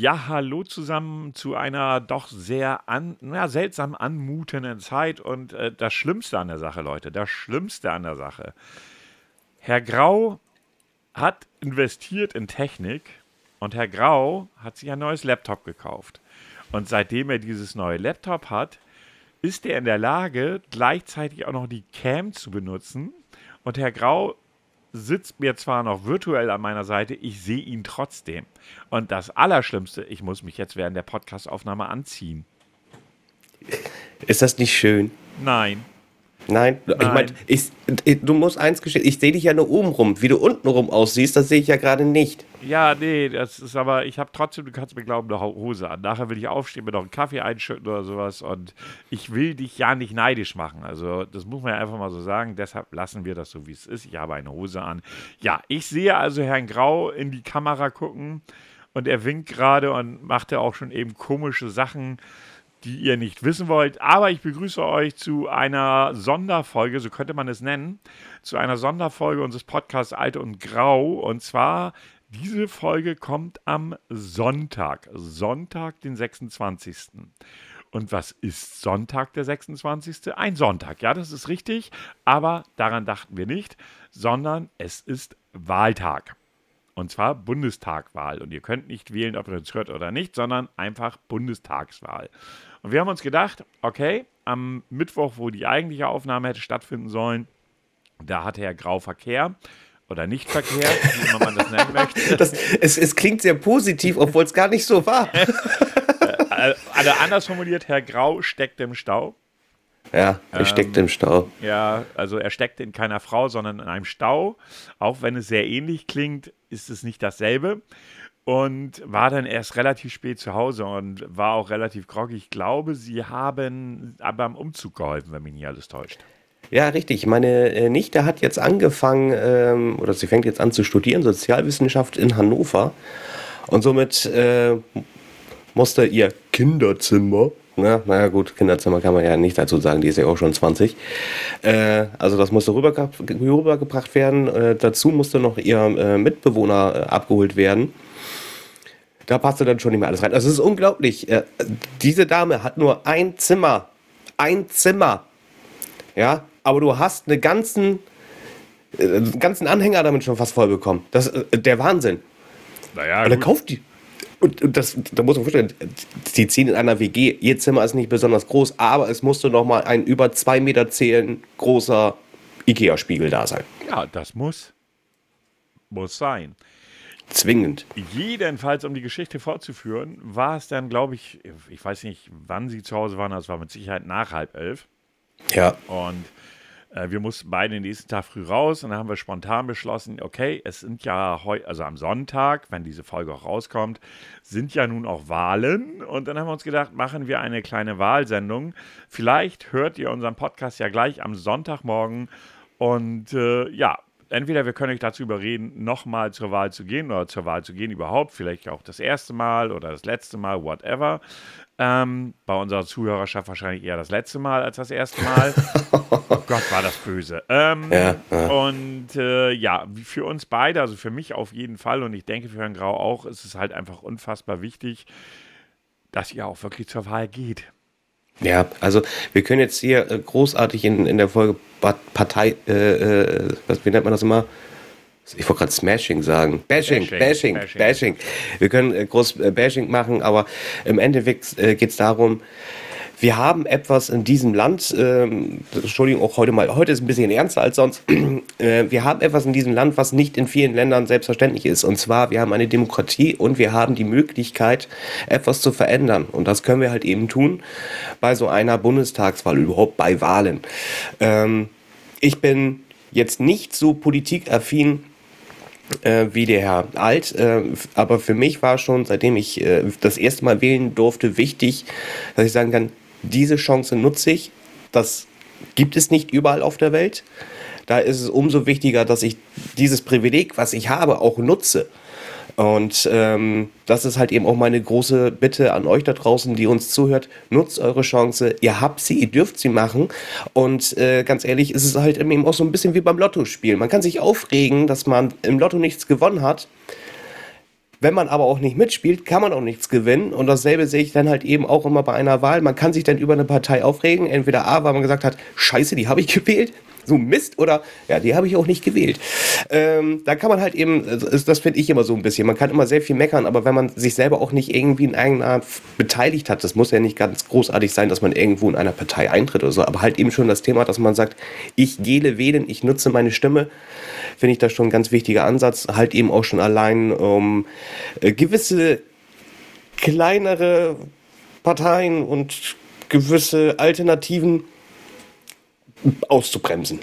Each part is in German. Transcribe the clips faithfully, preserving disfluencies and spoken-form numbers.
Ja, hallo zusammen zu einer doch sehr an, na, seltsam anmutenden Zeit und äh, das Schlimmste an der Sache, Leute, das Schlimmste an der Sache. Herr Grau hat investiert in Technik und Herr Grau hat sich ein neues Laptop gekauft. Und seitdem er dieses neue Laptop hat, ist er in der Lage, gleichzeitig auch noch die Cam zu benutzen. Und Herr Grau sitzt mir zwar noch virtuell an meiner Seite, ich sehe ihn trotzdem. Und das Allerschlimmste, ich muss mich jetzt während der Podcastaufnahme anziehen. Ist das nicht schön? Nein. Nein, ich Nein. meine, ich, ich, du musst eins gestehen, ich sehe dich ja nur oben rum. Wie du unten rum aussiehst, das sehe ich ja gerade nicht. Ja, nee, das ist aber, ich habe trotzdem, du kannst mir glauben, eine Hose an. Nachher will ich aufstehen, mir noch einen Kaffee einschütten oder sowas und ich will dich ja nicht neidisch machen. Also, das muss man ja einfach mal so sagen. Deshalb lassen wir das so, wie es ist. Ich habe eine Hose an. Ja, ich sehe also Herrn Grau in die Kamera gucken und er winkt gerade und macht ja auch schon eben komische Sachen, die ihr nicht wissen wollt. Aber ich begrüße euch zu einer Sonderfolge, so könnte man es nennen, zu einer Sonderfolge unseres Podcasts Alt und Grau. Und zwar, diese Folge kommt am Sonntag. Sonntag, den sechsundzwanzigsten Und was ist Sonntag, der sechsundzwanzigste? Ein Sonntag, ja, das ist richtig. Aber daran dachten wir nicht, sondern es ist Wahltag. Und zwar Bundestagwahl. Und ihr könnt nicht wählen, ob ihr uns hört oder nicht, sondern einfach Bundestagswahl. Und wir haben uns gedacht, okay, am Mittwoch, wo die eigentliche Aufnahme hätte stattfinden sollen, da hatte Herr Grau Verkehr oder nicht Verkehr, wie immer man das nennen möchte. Das, es, es klingt sehr positiv, obwohl es gar nicht so war. äh, also anders formuliert, Herr Grau steckt im Stau. Ja, er ähm, steckt im Stau. Ja, also er steckt in keiner Frau, sondern in einem Stau. Auch wenn es sehr ähnlich klingt, ist es nicht dasselbe. Und war dann erst relativ spät zu Hause und war auch relativ groggy. Ich glaube, sie haben beim Umzug geholfen, wenn mich nicht alles täuscht. Ja, richtig. Meine Nichte hat jetzt angefangen, ähm, oder sie fängt jetzt an zu studieren, Sozialwissenschaft in Hannover. Und somit äh, musste ihr Kinderzimmer, na, naja gut, Kinderzimmer kann man ja nicht dazu sagen, die ist ja auch schon zwanzig. Äh, also das musste rüberge- rübergebracht werden. Äh, dazu musste noch ihr äh, Mitbewohner äh, abgeholt werden. Da passte dann schon nicht mehr alles rein. Also es ist unglaublich. Äh, diese Dame hat nur ein Zimmer. Ein Zimmer. Ja, aber du hast eine ganzen, äh, einen ganzen Anhänger damit schon fast voll bekommen. Das ist äh, der Wahnsinn. Naja, und dann kauft die. Und, und das, da muss man vorstellen, die ziehen in einer W G. Ihr Zimmer ist nicht besonders groß, aber es musste noch mal ein über zwei Meter zehn großer Ikea-Spiegel da sein. Ja, das muss. Muss sein. Zwingend. Jedenfalls, um die Geschichte fortzuführen, war es dann, glaube ich, ich weiß nicht, wann sie zu Hause waren, das war mit Sicherheit nach halb elf. Ja. Und äh, wir mussten beide den nächsten Tag früh raus und dann haben wir spontan beschlossen, okay, es sind ja heute, also am Sonntag, wenn diese Folge auch rauskommt, sind ja nun auch Wahlen. Und dann haben wir uns gedacht, machen wir eine kleine Wahlsendung. Vielleicht hört ihr unseren Podcast ja gleich am Sonntagmorgen. Und äh, ja, entweder wir können euch dazu überreden, nochmal zur Wahl zu gehen oder zur Wahl zu gehen überhaupt, vielleicht auch das erste Mal oder das letzte Mal, whatever. Ähm, bei unserer Zuhörerschaft wahrscheinlich eher das letzte Mal als das erste Mal. Oh Gott, war das böse. Ähm, ja, ja. Und äh, ja, für uns beide, also für mich auf jeden Fall und ich denke für Herrn Grau auch, ist es halt einfach unfassbar wichtig, dass ihr auch wirklich zur Wahl geht. Ja, also wir können jetzt hier äh, großartig in, in der Folge Partei, äh, äh, was, wie nennt man das immer? Ich wollte gerade Smashing sagen. Bashing, Bashing, Bashing. Bashing. Bashing. Wir können äh, groß äh, Bashing machen, aber im Endeffekt äh, geht es darum, wir haben etwas in diesem Land, ähm, Entschuldigung, auch heute mal, heute ist ein bisschen ernster als sonst, äh, wir haben etwas in diesem Land, was nicht in vielen Ländern selbstverständlich ist. Und zwar, wir haben eine Demokratie und wir haben die Möglichkeit, etwas zu verändern. Und das können wir halt eben tun bei so einer Bundestagswahl, überhaupt bei Wahlen. Ähm, ich bin jetzt nicht so politikaffin Äh, wie der Herr Alt, äh, aber für mich war schon, seitdem ich äh, das erste Mal wählen durfte, wichtig, dass ich sagen kann, diese Chance nutze ich, das gibt es nicht überall auf der Welt. Da ist es umso wichtiger, dass ich dieses Privileg, was ich habe, auch nutze. Und ähm, das ist halt eben auch meine große Bitte an euch da draußen, die uns zuhört. Nutzt eure Chance, ihr habt sie, ihr dürft sie machen. Und äh, ganz ehrlich, ist es halt eben auch so ein bisschen wie beim Lottospiel. Man kann sich aufregen, dass man im Lotto nichts gewonnen hat. Wenn man aber auch nicht mitspielt, kann man auch nichts gewinnen. Und dasselbe sehe ich dann halt eben auch immer bei einer Wahl. Man kann sich dann über eine Partei aufregen. Entweder A, weil man gesagt hat, scheiße, die habe ich gewählt. So Mist. Oder, ja, die habe ich auch nicht gewählt. Ähm, da kann man halt eben, das, das finde ich immer so ein bisschen. Man kann immer sehr viel meckern, aber wenn man sich selber auch nicht irgendwie in irgendeiner Art beteiligt hat, das muss ja nicht ganz großartig sein, dass man irgendwo in einer Partei eintritt oder so. Aber halt eben schon das Thema, dass man sagt, ich gehe wählen, ich nutze meine Stimme. Finde ich das schon ein ganz wichtiger Ansatz. Halt eben auch schon allein, um äh, gewisse kleinere Parteien und gewisse Alternativen auszubremsen.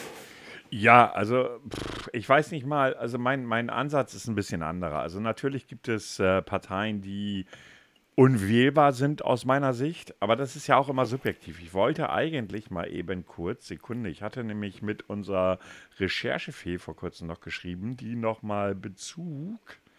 Ja, also pff, ich weiß nicht mal, also mein, mein Ansatz ist ein bisschen anderer. Also natürlich gibt es äh, Parteien, die unwählbar sind aus meiner Sicht, aber das ist ja auch immer subjektiv. Ich wollte eigentlich mal eben kurz, Sekunde, ich hatte nämlich mit unserer Recherchefee vor kurzem noch geschrieben, die nochmal Bezug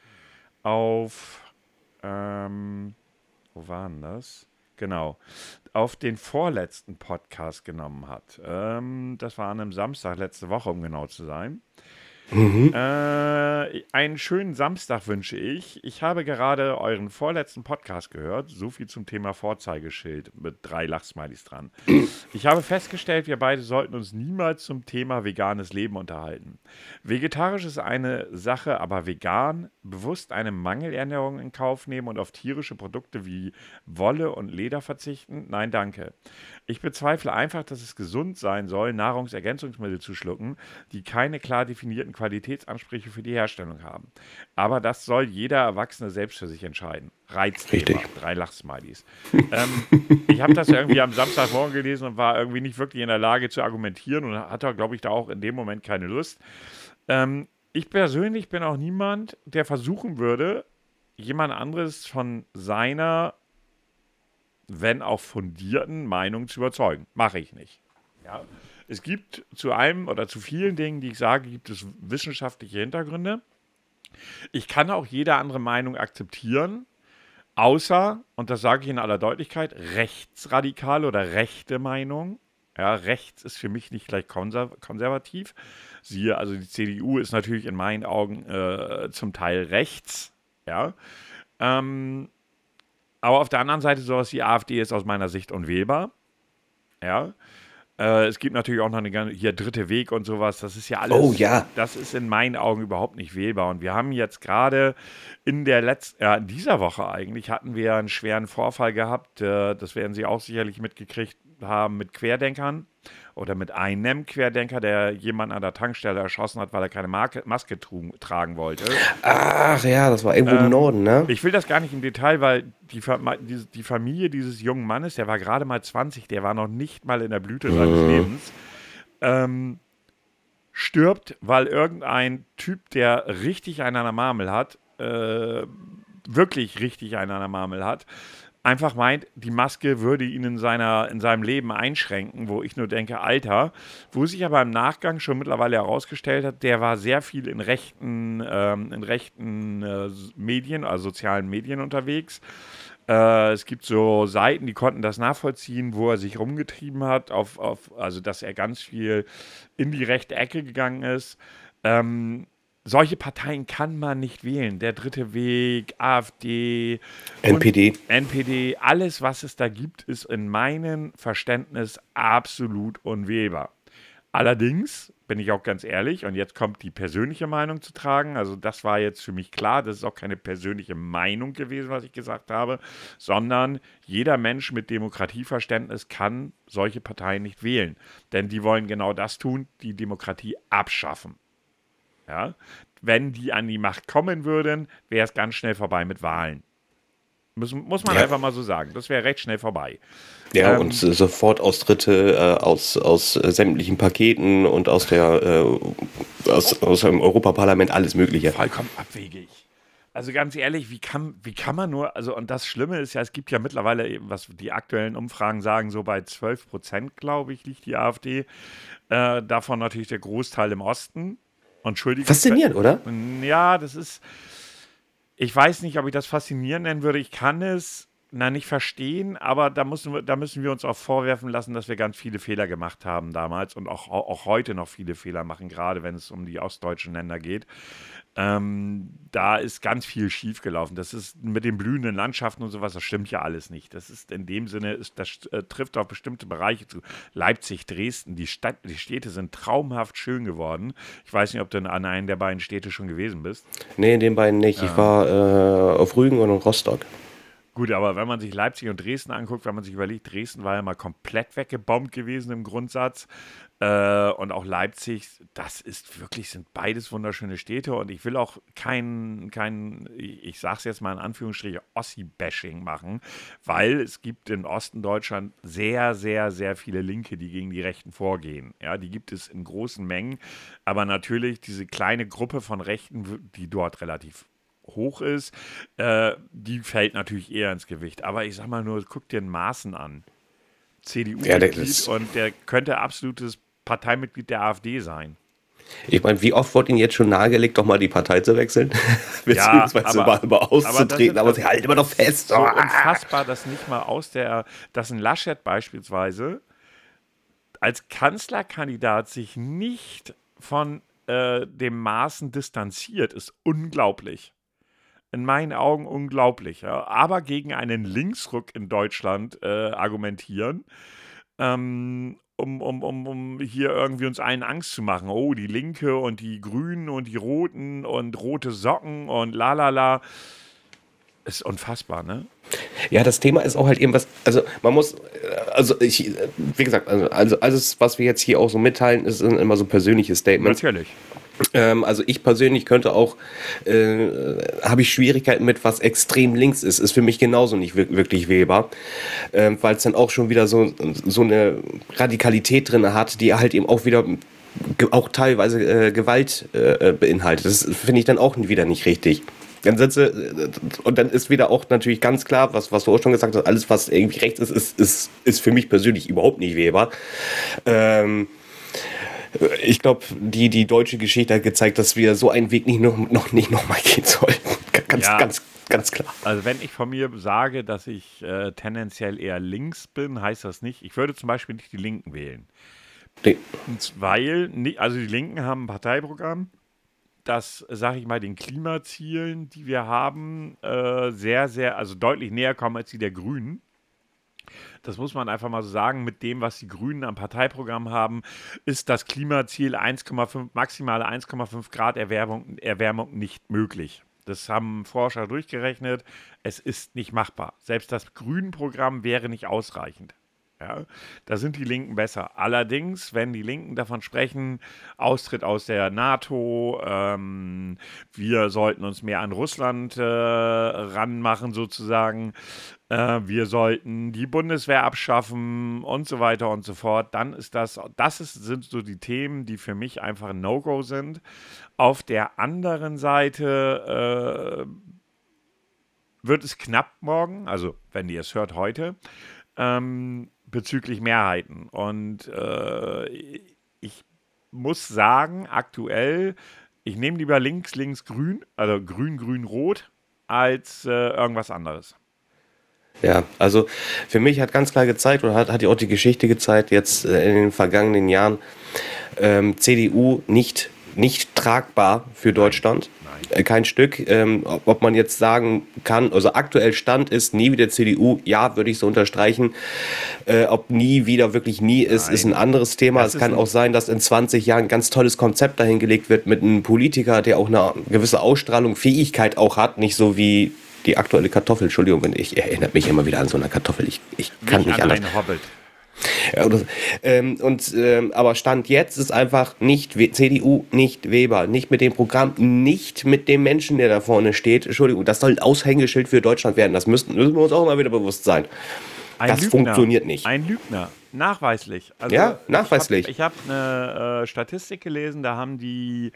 auf, ähm, wo war denn das? Genau, auf den vorletzten Podcast genommen hat. Ähm, das war an einem Samstag letzte Woche, um genau zu sein. Mhm. Äh, einen schönen Samstag wünsche ich. Ich habe gerade euren vorletzten Podcast gehört. So viel zum Thema Vorzeigeschild mit drei Lachsmilies dran. Ich habe festgestellt, wir beide sollten uns niemals zum Thema veganes Leben unterhalten. Vegetarisch ist eine Sache, aber vegan, bewusst eine Mangelernährung in Kauf nehmen und auf tierische Produkte wie Wolle und Leder verzichten? Nein, danke. Ich bezweifle einfach, dass es gesund sein soll, Nahrungsergänzungsmittel zu schlucken, die keine klar definierten Qualitätsansprüche für die Herstellung haben. Aber das soll jeder Erwachsene selbst für sich entscheiden. Reizthema, Richtig. drei Lachsmilies. ähm, ich habe das irgendwie am Samstagmorgen gelesen und war irgendwie nicht wirklich in der Lage zu argumentieren und hatte, glaube ich, da auch in dem Moment keine Lust. Ähm, ich persönlich bin auch niemand, der versuchen würde, jemand anderes von seiner, wenn auch fundierten Meinung zu überzeugen. Mache ich nicht. Ja. Es gibt zu einem oder zu vielen Dingen, die ich sage, gibt es wissenschaftliche Hintergründe. Ich kann auch jede andere Meinung akzeptieren, außer, und das sage ich in aller Deutlichkeit, rechtsradikale oder rechte Meinung. Ja, rechts ist für mich nicht gleich konser- konservativ. Siehe, also die C D U ist natürlich in meinen Augen äh, zum Teil rechts. Ja. Ähm, aber auf der anderen Seite sowas wie AfD ist aus meiner Sicht unwählbar. Ja. Äh, es gibt natürlich auch noch eine ganze, hier dritte Weg und sowas. Das ist ja alles, Oh ja. das ist in meinen Augen überhaupt nicht wählbar. Und wir haben jetzt gerade in der letzten, ja, in dieser Woche eigentlich hatten wir einen schweren Vorfall gehabt. Äh, das werden Sie auch sicherlich mitgekriegt haben mit Querdenkern oder mit einem Querdenker, der jemanden an der Tankstelle erschossen hat, weil er keine Marke, Maske tru- tragen wollte. Ach ja, das war irgendwo im Ähm, Norden, ne? Ich will das gar nicht im Detail, weil die, Fa- die, die Familie dieses jungen Mannes, der war gerade mal zwanzig, der war noch nicht mal in der Blüte seines Lebens, ähm, stirbt, weil irgendein Typ, der richtig einen an der Marmel hat, äh, wirklich richtig einen an der Marmel hat, einfach meint, die Maske würde ihn in, seiner, in seinem Leben einschränken, wo ich nur denke, Alter, wo sich aber im Nachgang schon mittlerweile herausgestellt hat, der war sehr viel in rechten, ähm, in rechten äh, Medien, also sozialen Medien unterwegs. Äh, es gibt so Seiten, die konnten das nachvollziehen, wo er sich rumgetrieben hat, auf, auf, also dass er ganz viel in die rechte Ecke gegangen ist. Ähm, solche Parteien kann man nicht wählen. Der dritte Weg, AfD, N P D. N P D, alles, was es da gibt, ist in meinem Verständnis absolut unwählbar. Allerdings bin ich auch ganz ehrlich, und jetzt kommt die persönliche Meinung zu tragen. Also das war jetzt für mich klar, das ist auch keine persönliche Meinung gewesen, was ich gesagt habe, sondern jeder Mensch mit Demokratieverständnis kann solche Parteien nicht wählen. Denn die wollen genau das tun, die Demokratie abschaffen. Ja? Wenn die an die Macht kommen würden, wäre es ganz schnell vorbei mit Wahlen. Muss, muss man Ja. einfach mal so sagen. Das wäre recht schnell vorbei. Ja, Ähm, und äh, sofort Austritte äh, aus, aus äh, sämtlichen Paketen und aus der äh, aus, aus dem Europaparlament, alles Mögliche. Vollkommen abwegig. Also ganz ehrlich, wie kann, wie kann man nur, also und das Schlimme ist ja, es gibt ja mittlerweile, eben, was die aktuellen Umfragen sagen, so bei zwölf Prozent, glaube ich, liegt die AfD. Äh, davon natürlich der Großteil im Osten. Entschuldigung. Faszinierend, oder? Ja, das ist, ich weiß nicht, ob ich das faszinierend nennen würde. Ich kann es na, nicht verstehen, aber da müssen wir, da müssen wir uns auch vorwerfen lassen, dass wir ganz viele Fehler gemacht haben damals und auch, auch heute noch viele Fehler machen, gerade wenn es um die ostdeutschen Länder geht. Ähm, da ist ganz viel schiefgelaufen. Das ist mit den blühenden Landschaften und sowas, das stimmt ja alles nicht. Das ist in dem Sinne, ist, das äh, trifft auf bestimmte Bereiche zu. Leipzig, Dresden, die, Stadt, die Städte sind traumhaft schön geworden. Ich weiß nicht, ob du an einer der beiden Städte schon gewesen bist. Nee, in den beiden nicht. Ja. Ich war äh, auf Rügen und in Rostock. Gut, aber wenn man sich Leipzig und Dresden anguckt, wenn man sich überlegt, Dresden war ja mal komplett weggebombt gewesen im Grundsatz äh, und auch Leipzig, das ist wirklich, sind beides wunderschöne Städte und ich will auch kein, kein ich sag's jetzt mal in Anführungsstrichen, Ossi-Bashing machen, weil es gibt im Osten Deutschland sehr, sehr, sehr viele Linke, die gegen die Rechten vorgehen. Ja, die gibt es in großen Mengen, aber natürlich diese kleine Gruppe von Rechten, die dort relativ hoch ist, äh, die fällt natürlich eher ins Gewicht. Aber ich sag mal nur, guck dir den Maaßen an. C D U-Mitglied ja, und der könnte absolutes Parteimitglied der AfD sein. Ich meine, wie oft wurde Ihnen jetzt schon nahegelegt, doch mal die Partei zu wechseln? Beziehungsweise ja, aber, mal über auszutreten, aber, aber sie halten immer noch fest. So unfassbar, dass nicht mal aus der, dass ein Laschet beispielsweise als Kanzlerkandidat sich nicht von äh, dem Maaßen distanziert, ist unglaublich. In meinen Augen unglaublich, ja. Aber gegen einen Linksruck in Deutschland äh, argumentieren, ähm, um, um, um, um hier irgendwie uns allen Angst zu machen. Oh, die Linke und die Grünen und die Roten und rote Socken und lalala. Ist unfassbar, ne? Ja, das Thema ist auch halt eben was, also man muss, also ich, wie gesagt, also, also alles, was wir jetzt hier auch so mitteilen, ist immer so persönliche Statements. Natürlich. Ähm, also ich persönlich könnte auch, äh, habe ich Schwierigkeiten mit, was extrem links ist, ist für mich genauso nicht wirklich wählbar, ähm, weil es dann auch schon wieder so, so eine Radikalität drin hat, die halt eben auch wieder, auch teilweise äh, Gewalt äh, beinhaltet. Das finde ich dann auch wieder nicht richtig. Dann sitze, und dann ist wieder auch natürlich ganz klar, was, was du auch schon gesagt hast, alles, was irgendwie rechts ist, ist, ist, ist für mich persönlich überhaupt nicht wählbar. Ähm, Ich glaube, die, die deutsche Geschichte hat gezeigt, dass wir so einen Weg nicht noch, noch nicht nochmal gehen sollten. Ganz, ja, ganz, ganz klar. Also wenn ich von mir sage, dass ich äh, tendenziell eher links bin, heißt das nicht, ich würde zum Beispiel nicht die Linken wählen. Nee. Weil, also die Linken haben ein Parteiprogramm, das, sage ich mal, den Klimazielen, die wir haben, äh, sehr, sehr, also deutlich näher kommen als die der Grünen. Das muss man einfach mal so sagen, mit dem, was die Grünen am Parteiprogramm haben, ist das Klimaziel eins Komma fünf, maximale eins Komma fünf Grad Erwärmung, Erwärmung nicht möglich. Das haben Forscher durchgerechnet. Es ist nicht machbar. Selbst das Grünen-Programm wäre nicht ausreichend. Ja, da sind die Linken besser. Allerdings, wenn die Linken davon sprechen, Austritt aus der NATO, ähm, wir sollten uns mehr an Russland äh, ranmachen sozusagen, äh, wir sollten die Bundeswehr abschaffen und so weiter und so fort, dann ist das, das ist, sind so die Themen, die für mich einfach ein No-Go sind. Auf der anderen Seite äh, wird es knapp morgen, also wenn ihr es hört heute, ähm, bezüglich Mehrheiten. Und äh, ich muss sagen, aktuell, ich nehme lieber links, links, grün, also grün, grün, rot, als äh, irgendwas anderes. Ja, also für mich hat ganz klar gezeigt, oder hat, hat ja auch die Geschichte gezeigt, jetzt äh, in den vergangenen Jahren, ähm, C D U nicht, nicht tragbar für Deutschland. Nein. Kein Stück. Ähm, ob, ob man jetzt sagen kann, also aktuell Stand ist, nie wieder C D U, ja, würde ich so unterstreichen. Äh, ob nie wieder wirklich nie ist, Nein. ist ein anderes Thema. Das es kann auch sein, dass in zwanzig Jahren ein ganz tolles Konzept dahingelegt wird mit einem Politiker, der auch eine gewisse Ausstrahlung, Fähigkeit auch hat, nicht so wie die aktuelle Kartoffel. Entschuldigung, wenn ich erinnert mich immer wieder an so eine Kartoffel. Ich, ich kann nicht anders. Hobbit. Ja, oder, ähm, und, ähm, aber Stand jetzt ist einfach nicht C D U, nicht Weber, nicht mit dem Programm, nicht mit dem Menschen, der da vorne steht. Entschuldigung, das soll ein Aushängeschild für Deutschland werden. Das müssen, müssen wir uns auch immer wieder bewusst sein. Ein das Lügner. funktioniert nicht. Ein Lügner. Nachweislich. Also ja, nachweislich. Ich habe hab eine äh, Statistik gelesen, da haben die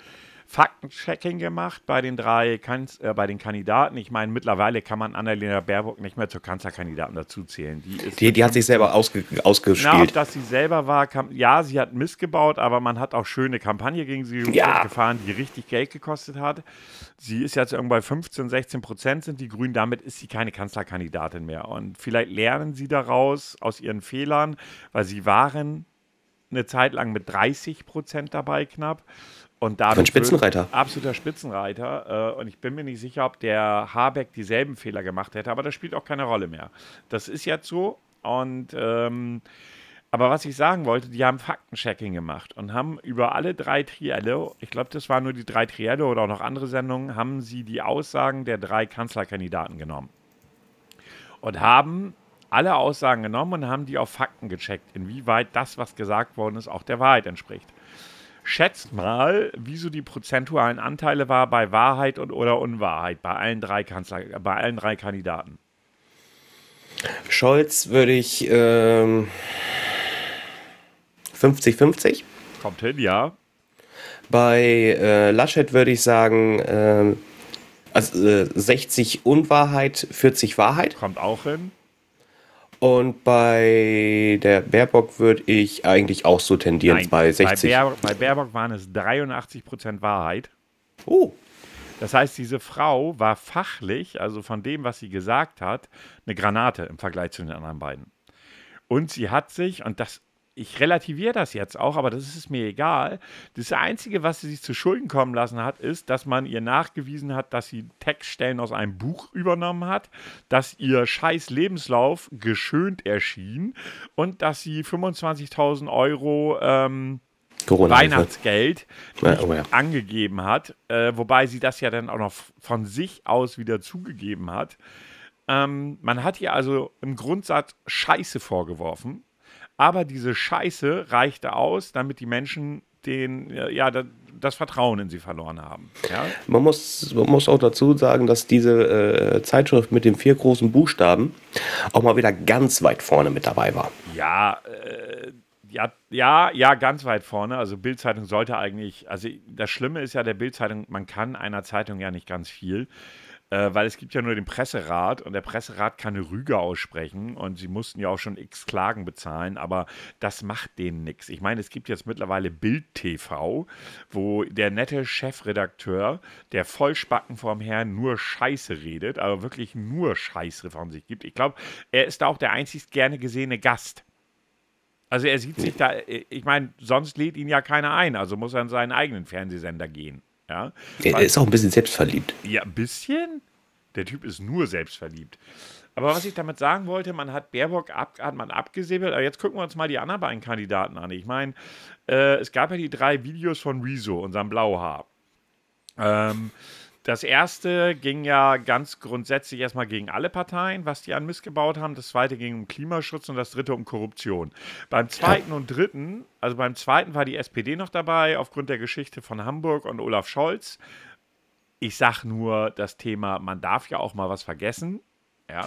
Faktenchecking gemacht bei den drei Kanz äh, bei den Kandidaten. Ich meine, mittlerweile kann man Annalena Baerbock nicht mehr zur Kanzlerkandidaten dazuzählen. Die, ist Die, die hat sich selber ausge, ausgespielt. Na, ob das sie selber war, kam, ja, sie hat Mist gebaut, aber man hat auch schöne Kampagne gegen sie Ja. gefahren, die richtig Geld gekostet hat. Sie ist jetzt irgendwie bei fünfzehn, sechzehn Prozent sind die Grünen, damit ist sie keine Kanzlerkandidatin mehr. Und vielleicht lernen sie daraus, aus ihren Fehlern, weil sie waren eine Zeit lang mit dreißig Prozent dabei knapp. Und dadurch Ein Spitzenreiter. wird- Absoluter Spitzenreiter. Äh, und ich bin mir nicht sicher, ob der Habeck dieselben Fehler gemacht hätte, aber das spielt auch keine Rolle mehr. Das ist jetzt so. Und ähm, aber was ich sagen wollte, die haben Faktenchecking gemacht und haben über alle drei Trielle, ich glaube, das waren nur die drei Trielle oder auch noch andere Sendungen, haben sie die Aussagen der drei Kanzlerkandidaten genommen. Und haben alle Aussagen genommen und haben die auf Fakten gecheckt, inwieweit das, was gesagt worden ist, auch der Wahrheit entspricht. Schätzt mal, wie so die prozentualen Anteile war bei Wahrheit und oder Unwahrheit bei allen drei Kanzler, bei allen drei Kandidaten. Scholz würde ich ähm, fünfzig fünfzig. Kommt hin, ja. Bei äh, Laschet würde ich sagen ähm, also, äh, sechzig Unwahrheit, vierzig Wahrheit. Kommt auch hin. Und bei der Baerbock würde ich eigentlich auch so tendieren Nein, bei sechzig. Bei, Baer, bei Baerbock waren es dreiundachtzig Prozent Wahrheit. Oh, Das heißt, diese Frau war fachlich, also von dem, was sie gesagt hat, eine Granate im Vergleich zu den anderen beiden. Und sie hat sich, und das, ich relativiere das jetzt auch, aber das ist mir egal. Das Einzige, was sie sich zu Schulden kommen lassen hat, ist, dass man ihr nachgewiesen hat, dass sie Textstellen aus einem Buch übernommen hat, dass ihr scheiß Lebenslauf geschönt erschien und dass sie fünfundzwanzigtausend Euro ähm, Corona-Hilfe. Weihnachtsgeld Ja, nicht oh ja. angegeben hat, äh, wobei sie das ja dann auch noch von sich aus wieder zugegeben hat. Ähm, man hat ihr also im Grundsatz Scheiße vorgeworfen, aber diese Scheiße reichte aus, damit die Menschen den, äh, ja, da, das Vertrauen in sie verloren haben. Ja? Man muss, man muss auch dazu sagen, dass diese äh, Zeitschrift mit den vier großen Buchstaben auch mal wieder ganz weit vorne mit dabei war. Ja, äh, ja, ja, ja, ganz weit vorne. Also Bild-Zeitung sollte eigentlich, also das Schlimme ist ja der Bild-Zeitung, man kann einer Zeitung ja nicht ganz viel, äh, weil es gibt ja nur den Presserat und der Presserat kann eine Rüge aussprechen und sie mussten ja auch schon x Klagen bezahlen, aber das macht denen nichts. Ich meine, es gibt jetzt mittlerweile Bild-T V, wo der nette Chefredakteur, der Vollspacken vorm Herrn nur Scheiße redet, aber wirklich nur Scheiße von sich gibt. Ich glaube, er ist da auch der einzig gerne gesehene Gast. Also er sieht sich da, ich meine, sonst lädt ihn ja keiner ein, also muss er in seinen eigenen Fernsehsender gehen. Ja? Er Weil, ist auch ein bisschen selbstverliebt. ja, ein bisschen? Der Typ ist nur selbstverliebt. Aber was ich damit sagen wollte, man hat Baerbock ab, hat man abgesäbelt, aber jetzt gucken wir uns mal die anderen beiden Kandidaten an. Ich meine, äh, es gab ja die drei Videos von Rezo, unserem Blauhaar. Ähm, Das erste ging ja ganz grundsätzlich erstmal gegen alle Parteien, was die an Mist gebaut haben. Das zweite ging um Klimaschutz und das dritte um Korruption. Beim zweiten und dritten, also beim zweiten war die S P D noch dabei, aufgrund der Geschichte von Hamburg und Olaf Scholz. Ich sag nur das Thema, man darf ja auch mal was vergessen. Ja.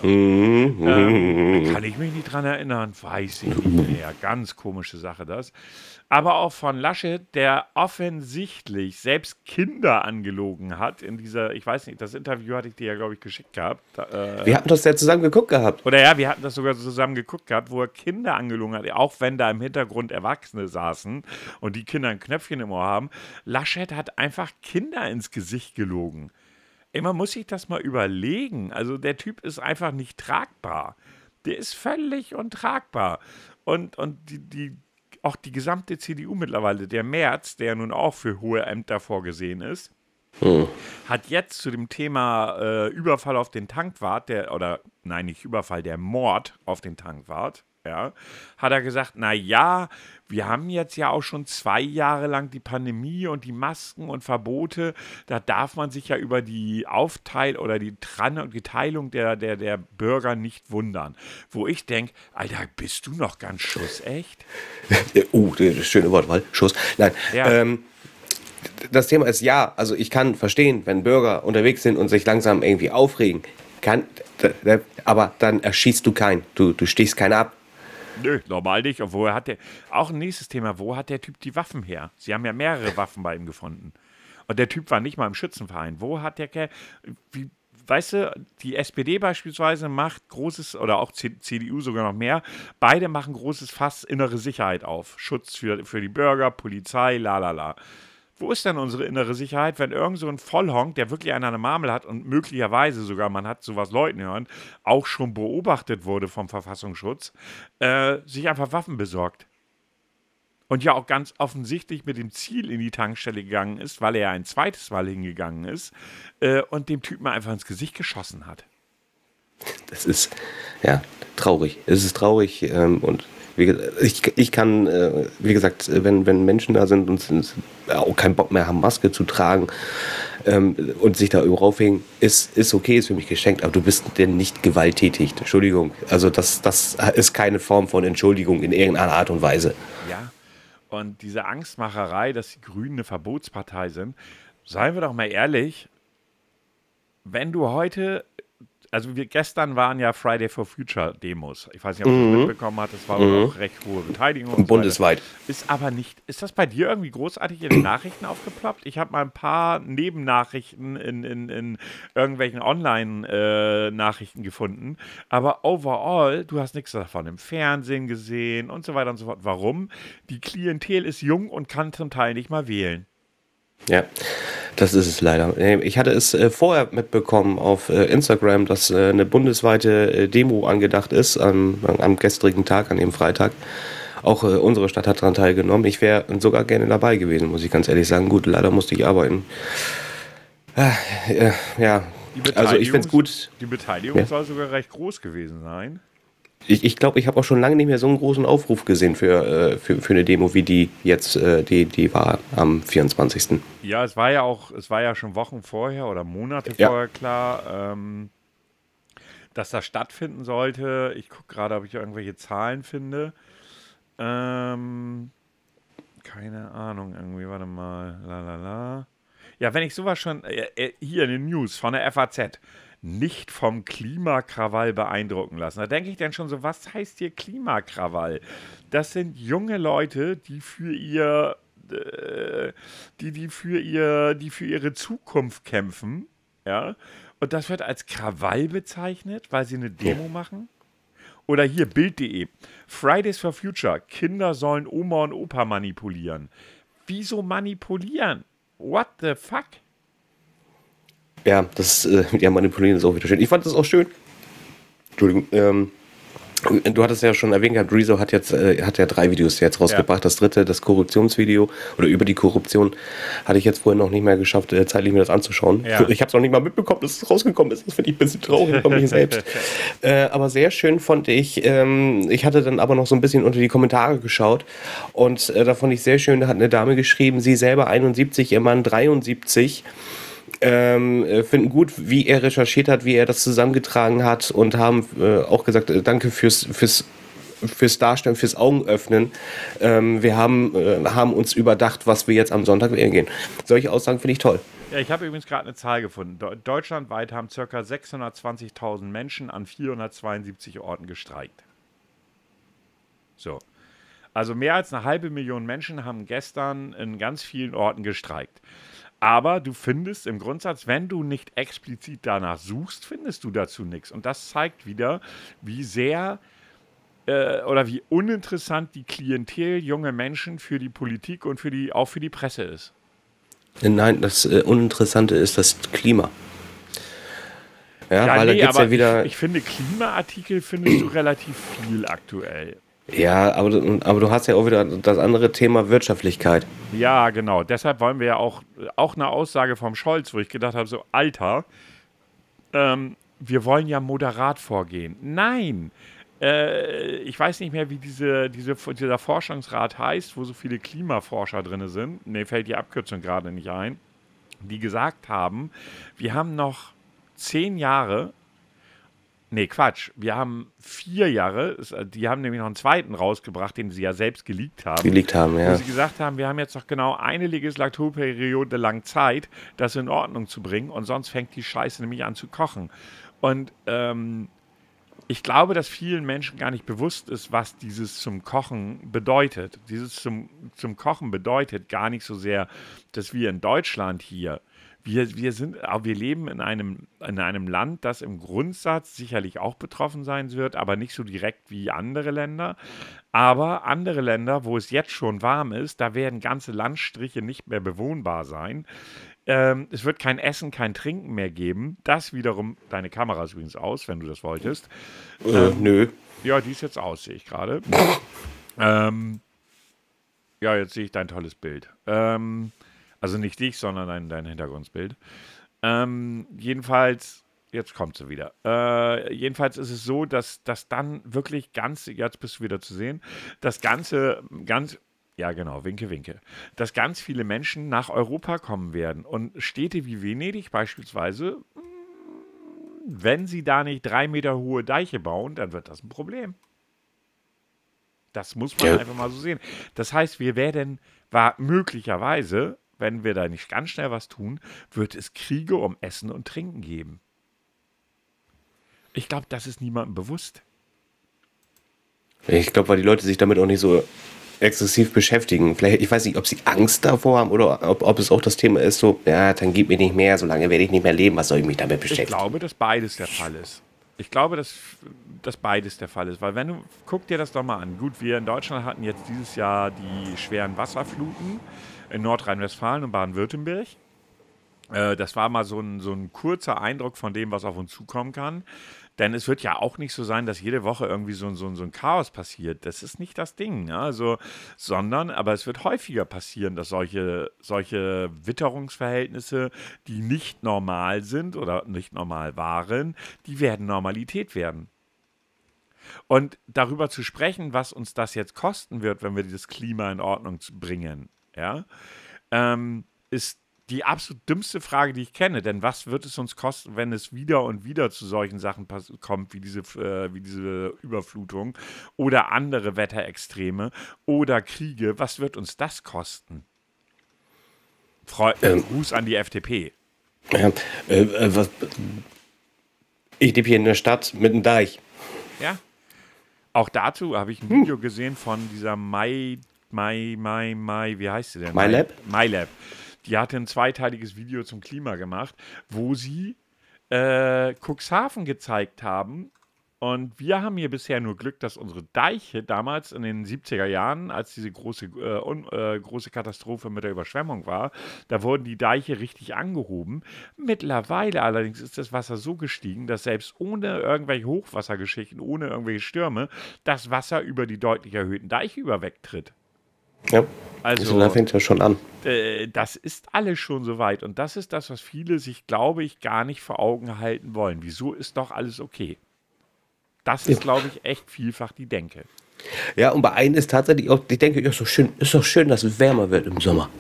Ähm, kann ich mich nicht dran erinnern, weiß ich nicht mehr. Ganz komische Sache das. Aber auch von Laschet, der offensichtlich selbst Kinder angelogen hat in dieser, ich weiß nicht, das Interview hatte ich dir ja, glaube ich, geschickt gehabt. Da, äh, Wir hatten das ja zusammen geguckt gehabt. oder ja, wir hatten das sogar zusammen geguckt gehabt, wo er Kinder angelogen hat, auch wenn da im Hintergrund Erwachsene saßen und die Kinder ein Knöpfchen im Ohr haben. Laschet hat einfach Kinder ins Gesicht gelogen. Ey, man muss sich das mal überlegen. Also der Typ ist einfach nicht tragbar. Der ist völlig untragbar. Und, und die, die, auch die gesamte C D U mittlerweile, der Merz, der nun auch für hohe Ämter vorgesehen ist, hm. hat jetzt zu dem Thema äh, Überfall auf den Tankwart, der, oder nein, nicht Überfall, der Mord auf den Tankwart, ja, hat er gesagt, na ja, wir haben jetzt ja auch schon zwei Jahre lang die Pandemie und die Masken und Verbote, da darf man sich ja über die Aufteilung oder die Tran- und die Teilung der, der, der Bürger nicht wundern. Wo ich denke, Alter, bist du noch ganz schussecht? Oh, das schöne Wortwahl, Schuss. Nein, Ja. ähm, das Thema ist ja, also ich kann verstehen, wenn Bürger unterwegs sind und sich langsam irgendwie aufregen, kann, aber dann erschießt du keinen, du, du stichst keinen ab. Nö, normal nicht. Und woher hat der, auch ein nächstes Thema, wo hat der Typ die Waffen her? Sie haben ja mehrere Waffen bei ihm gefunden. Und der Typ war nicht mal im Schützenverein. Wo hat der Kerl, wie, weißt du, die S P D beispielsweise macht großes, oder auch C D U sogar noch mehr, beide machen großes Fass innere Sicherheit auf. Schutz für, für die Bürger, Polizei, la la la. Wo ist denn unsere innere Sicherheit, wenn irgend so ein Vollhonk, der wirklich einen an der Marmel hat und möglicherweise sogar, man hat sowas Leuten hören, auch schon beobachtet wurde vom Verfassungsschutz, äh, sich einfach Waffen besorgt? Und ja auch ganz offensichtlich mit dem Ziel in die Tankstelle gegangen ist, weil er ja ein zweites Mal hingegangen ist äh, und dem Typen einfach ins Gesicht geschossen hat. Das ist, ja, traurig. Es ist traurig ähm, und wie, ich, ich kann, äh, wie gesagt, wenn, wenn Menschen da sind und sind, auch keinen Bock mehr haben, Maske zu tragen ähm, und sich da überall aufhängen, ist, ist okay, ist für mich geschenkt, aber du bist denn nicht gewalttätig. Entschuldigung. Also das, das ist keine Form von Entschuldigung in irgendeiner Art und Weise. Ja, und diese Angstmacherei, dass die Grünen eine Verbotspartei sind, seien wir doch mal ehrlich, wenn du heute, also wir gestern waren ja Friday for Future Demos. Ich weiß nicht, ob du das mitbekommen hast, das war Mhm. auch recht hohe Beteiligung. und so Bundesweit. weiter. Ist aber nicht, ist das bei dir irgendwie großartig in den Nachrichten aufgeploppt? Ich habe mal ein paar Nebennachrichten in, in, in irgendwelchen Online-Nachrichten gefunden, aber overall, du hast nichts davon im Fernsehen gesehen und so weiter und so fort. Warum? Die Klientel ist jung und kann zum Teil nicht mal wählen. Ja, das ist es leider. Ich hatte es äh, vorher mitbekommen auf äh, Instagram, dass äh, eine bundesweite äh, Demo angedacht ist am, am gestrigen Tag, an dem Freitag. Auch äh, unsere Stadt hat daran teilgenommen. Ich wäre sogar gerne dabei gewesen, muss ich ganz ehrlich sagen. Gut, leider musste ich arbeiten. Ah, äh, ja, Die also ich finde es gut. Die Beteiligung Ja. soll sogar recht groß gewesen sein. Ich ich, glaube, ich habe auch schon lange nicht mehr so einen großen Aufruf gesehen für, äh, für, für eine Demo wie die jetzt, äh, die, die war am vierundzwanzigsten Ja, es war ja auch, es war ja schon Wochen vorher oder Monate Ja. vorher klar, ähm, dass das stattfinden sollte. Ich gucke gerade, ob ich irgendwelche Zahlen finde. Ähm, keine Ahnung, irgendwie, warte mal. La la la. Ja, wenn ich sowas schon, äh, äh, hier in den News von der F A Z, nicht vom Klimakrawall beeindrucken lassen. Da denke ich dann schon so, was heißt hier Klimakrawall? Das sind junge Leute, die für ihr, äh, die, die für ihr, die für ihre Zukunft kämpfen, ja. Und das wird als Krawall bezeichnet, weil sie eine Demo machen? Oder hier, Bild punkt de. Fridays for Future. Kinder sollen Oma und Opa manipulieren. Wieso manipulieren? What the fuck? Ja, das äh, mit ja, Manipulieren ist auch wieder schön. Ich fand das auch schön. Entschuldigung. Ähm, du hattest ja schon erwähnt gehabt, Rezo hat jetzt äh, hat ja drei Videos jetzt rausgebracht. Ja. Das dritte, das Korruptionsvideo oder über die Korruption, hatte ich jetzt vorhin noch nicht mehr geschafft, äh, zeitlich mir das anzuschauen. Ja. Ich habe es noch nicht mal mitbekommen, dass es rausgekommen ist. Das finde ich ein bisschen traurig über mich selbst. Äh, aber sehr schön fand ich. Ähm, ich hatte dann aber noch so ein bisschen unter die Kommentare geschaut und äh, da fand ich sehr schön, da hat eine Dame geschrieben, sie selber einundsiebzig, ihr Mann dreiundsiebzig. Ähm, finden gut, wie er recherchiert hat, wie er das zusammengetragen hat und haben äh, auch gesagt, äh, danke fürs, fürs, fürs Darstellen, fürs Augenöffnen. Ähm, wir haben, äh, haben uns überdacht, was wir jetzt am Sonntag wählen gehen. Solche Aussagen finde ich toll. Ja, ich habe übrigens gerade eine Zahl gefunden. De- deutschlandweit haben ca. sechshundertzwanzigtausend Menschen an vierhundertzweiundsiebzig Orten gestreikt. So. Also mehr als eine halbe Million Menschen haben gestern in ganz vielen Orten gestreikt. Aber du findest im Grundsatz, wenn du nicht explizit danach suchst, findest du dazu nichts. Und das zeigt wieder, wie sehr äh, oder wie uninteressant die Klientel junge Menschen für die Politik und für die, auch für die Presse ist. Nein, das äh, Uninteressante ist das Klima. Ja, Ja, weil nee, da gibt's aber ja wieder. ich, ich finde, Klimaartikel findest du relativ viel aktuell. Ja, aber, du- aber du hast ja auch wieder das andere Thema Wirtschaftlichkeit. Ja, genau. Deshalb wollen wir ja auch, auch eine Aussage vom Scholz, wo ich gedacht habe, so, Alter, ähm, wir wollen ja moderat vorgehen. Nein! Äh, ich weiß nicht mehr, wie diese, diese, dieser Forschungsrat heißt, wo so viele Klimaforscher drin sind. Mir fällt die Abkürzung gerade nicht ein. Die gesagt haben, wir haben noch zehn Jahre. Nee, Quatsch. Wir haben vier Jahre. Es- Die haben nämlich noch einen zweiten rausgebracht, den sie ja selbst geleakt haben. Geleakt haben, Wo ja. sie gesagt haben, wir haben jetzt noch genau eine Legislaturperiode lang Zeit, das in Ordnung zu bringen und sonst fängt die Scheiße nämlich an zu kochen. Und ähm, Ich glaube, dass vielen Menschen gar nicht bewusst ist, was dieses zum Kochen bedeutet. Dieses zum, zum Kochen bedeutet gar nicht so sehr, dass wir in Deutschland hier, wir, wir sind, aber wir leben in einem, in einem Land, das im Grundsatz sicherlich auch betroffen sein wird, aber nicht so direkt wie andere Länder. Aber andere Länder, wo es jetzt schon warm ist, da werden ganze Landstriche nicht mehr bewohnbar sein. Ähm, es wird kein Essen, kein Trinken mehr geben. Das wiederum, deine Kamera ist übrigens aus, wenn du das wolltest. Äh, Ähm, nö. ja, die ist jetzt aus, sehe ich gerade. ähm, ja, jetzt sehe ich dein tolles Bild. Ähm, also nicht dich, sondern dein, dein Hintergrundbild. Ähm, jedenfalls, jetzt kommt sie wieder. Äh, jedenfalls ist es so, dass, dass dann wirklich ganz, jetzt bist du wieder zu sehen, das Ganze, ganz, ja genau, winke, winke, dass ganz viele Menschen nach Europa kommen werden. Und Städte wie Venedig beispielsweise, wenn sie da nicht drei Meter hohe Deiche bauen, dann wird das ein Problem. Das muss man Ja. einfach mal so sehen. Das heißt, wir werden, war möglicherweise, wenn wir da nicht ganz schnell was tun, wird es Kriege um Essen und Trinken geben. Ich glaube, das ist niemandem bewusst. Ich glaube, weil die Leute sich damit auch nicht so exzessiv beschäftigen. Vielleicht, ich weiß nicht, ob sie Angst davor haben oder ob, ob es auch das Thema ist, so, ja, dann gib mir nicht mehr, solange werde ich nicht mehr leben, was soll ich mich damit beschäftigen? Ich glaube, dass beides der Fall ist. Ich glaube, dass, dass beides der Fall ist. Weil wenn du, guck dir das doch mal an. Gut, wir in Deutschland hatten jetzt dieses Jahr die schweren Wasserfluten in Nordrhein-Westfalen und Baden-Württemberg. Äh, das war mal so ein, so ein kurzer Eindruck von dem, was auf uns zukommen kann. Denn es wird ja auch nicht so sein, dass jede Woche irgendwie so, so, so ein Chaos passiert. Das ist nicht das Ding. Ne? Also, sondern, aber es wird häufiger passieren, dass solche, solche Witterungsverhältnisse, die nicht normal sind oder nicht normal waren, die werden Normalität werden. Und darüber zu sprechen, was uns das jetzt kosten wird, wenn wir das Klima in Ordnung bringen, ja, ähm, ist die absolut dümmste Frage, die ich kenne. Denn was wird es uns kosten, wenn es wieder und wieder zu solchen Sachen kommt, wie diese, äh, wie diese Überflutung oder andere Wetterextreme oder Kriege? Was wird uns das kosten? Freu Ähm. Gruß an die F D P. Ja, äh, äh, was, ich lebe hier in der Stadt mit einem Deich. Ja. Auch dazu habe ich ein Video hm. gesehen von dieser Mai, Mai, Mai, Mai, wie heißt sie denn? MyLab? MyLab. Die hatte ein zweiteiliges Video zum Klima gemacht, wo sie äh, Cuxhaven gezeigt haben. Und wir haben hier bisher nur Glück, dass unsere Deiche damals in den siebziger Jahren, als diese große, äh, un, äh, große Katastrophe mit der Überschwemmung war, da wurden die Deiche richtig angehoben. Mittlerweile allerdings ist das Wasser so gestiegen, dass selbst ohne irgendwelche Hochwassergeschichten, ohne irgendwelche Stürme, das Wasser über die deutlich erhöhten Deiche über wegtritt. Ja, also, also da fängt ja schon an. Äh, das ist alles schon soweit. Und das ist das, was viele sich, glaube ich, gar nicht vor Augen halten wollen. Wieso ist doch alles okay? Das ist, ja. glaube ich, echt vielfach die Denke. Ja, und bei einem ist tatsächlich auch, ich denke, ist doch schön, ist doch schön, dass es wärmer wird im Sommer.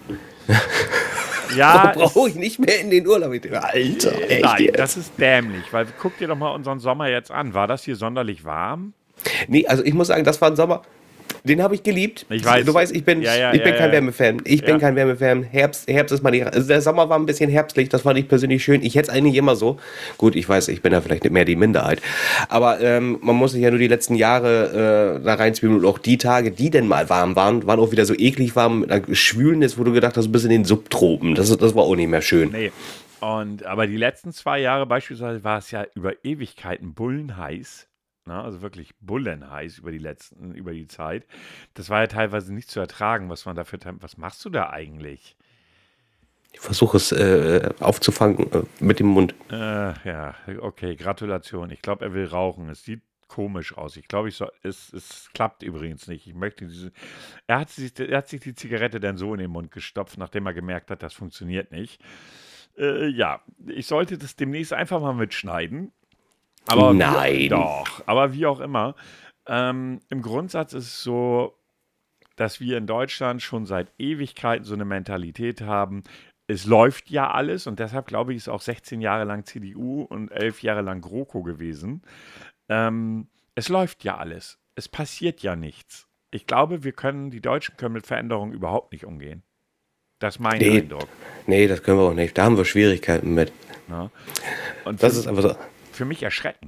Ja, brauche ich nicht mehr in den Urlaub. Alter, echt Nein, jetzt? Das ist dämlich, weil guck dir doch mal unseren Sommer jetzt an. War das hier sonderlich warm? Nee, also ich muss sagen, das war ein Sommer, den habe ich geliebt. Ich weiß. Du weißt, ich bin, ja, ja, ich bin ja, kein ja. Wärmefan. Ich bin Ja. kein Wärmefan. Herbst, Herbst ist mal die. Also der Sommer war ein bisschen herbstlich, das fand ich persönlich schön. Ich hätte es eigentlich immer so. Gut, ich weiß, ich bin da vielleicht nicht mehr die Minderheit. Aber ähm, man muss sich ja nur die letzten Jahre äh, da reinzwiebeln und auch die Tage, die denn mal warm waren, waren auch wieder so eklig warm mit einer Schwülnis, wo du gedacht hast, du bist in den Subtropen. Das, das war auch nicht mehr schön. Nee. Und, aber die letzten zwei Jahre beispielsweise war es ja über Ewigkeiten bullenheiß. Na, also wirklich bullenheiß über die letzten, über die Zeit. Das war ja teilweise nicht zu ertragen, was man dafür, was machst du da eigentlich? Ich versuche es äh, aufzufangen äh, mit dem Mund. Äh, ja, okay, Gratulation. Ich glaube, er will rauchen. Es sieht komisch aus. Ich glaube, ich soll, es, es klappt übrigens nicht. Ich möchte diese, er hat, sich, er hat sich die Zigarette dann so in den Mund gestopft, nachdem er gemerkt hat, das funktioniert nicht. Äh, ja, ich sollte das demnächst einfach mal mitschneiden. Aber Nein. Wie, doch, aber wie auch immer. Ähm, im Grundsatz ist es so, dass wir in Deutschland schon seit Ewigkeiten so eine Mentalität haben. Es läuft ja alles und deshalb glaube ich, ist auch sechzehn Jahre lang C D U und elf Jahre lang GroKo gewesen. Ähm, es läuft ja alles. Es passiert ja nichts. Ich glaube, wir können, die Deutschen können mit Veränderungen überhaupt nicht umgehen. Das ist mein nee, Eindruck. Nee, das können wir auch nicht. Da haben wir Schwierigkeiten mit. Ja. Und das für, ist einfach so. Für mich erschreckend.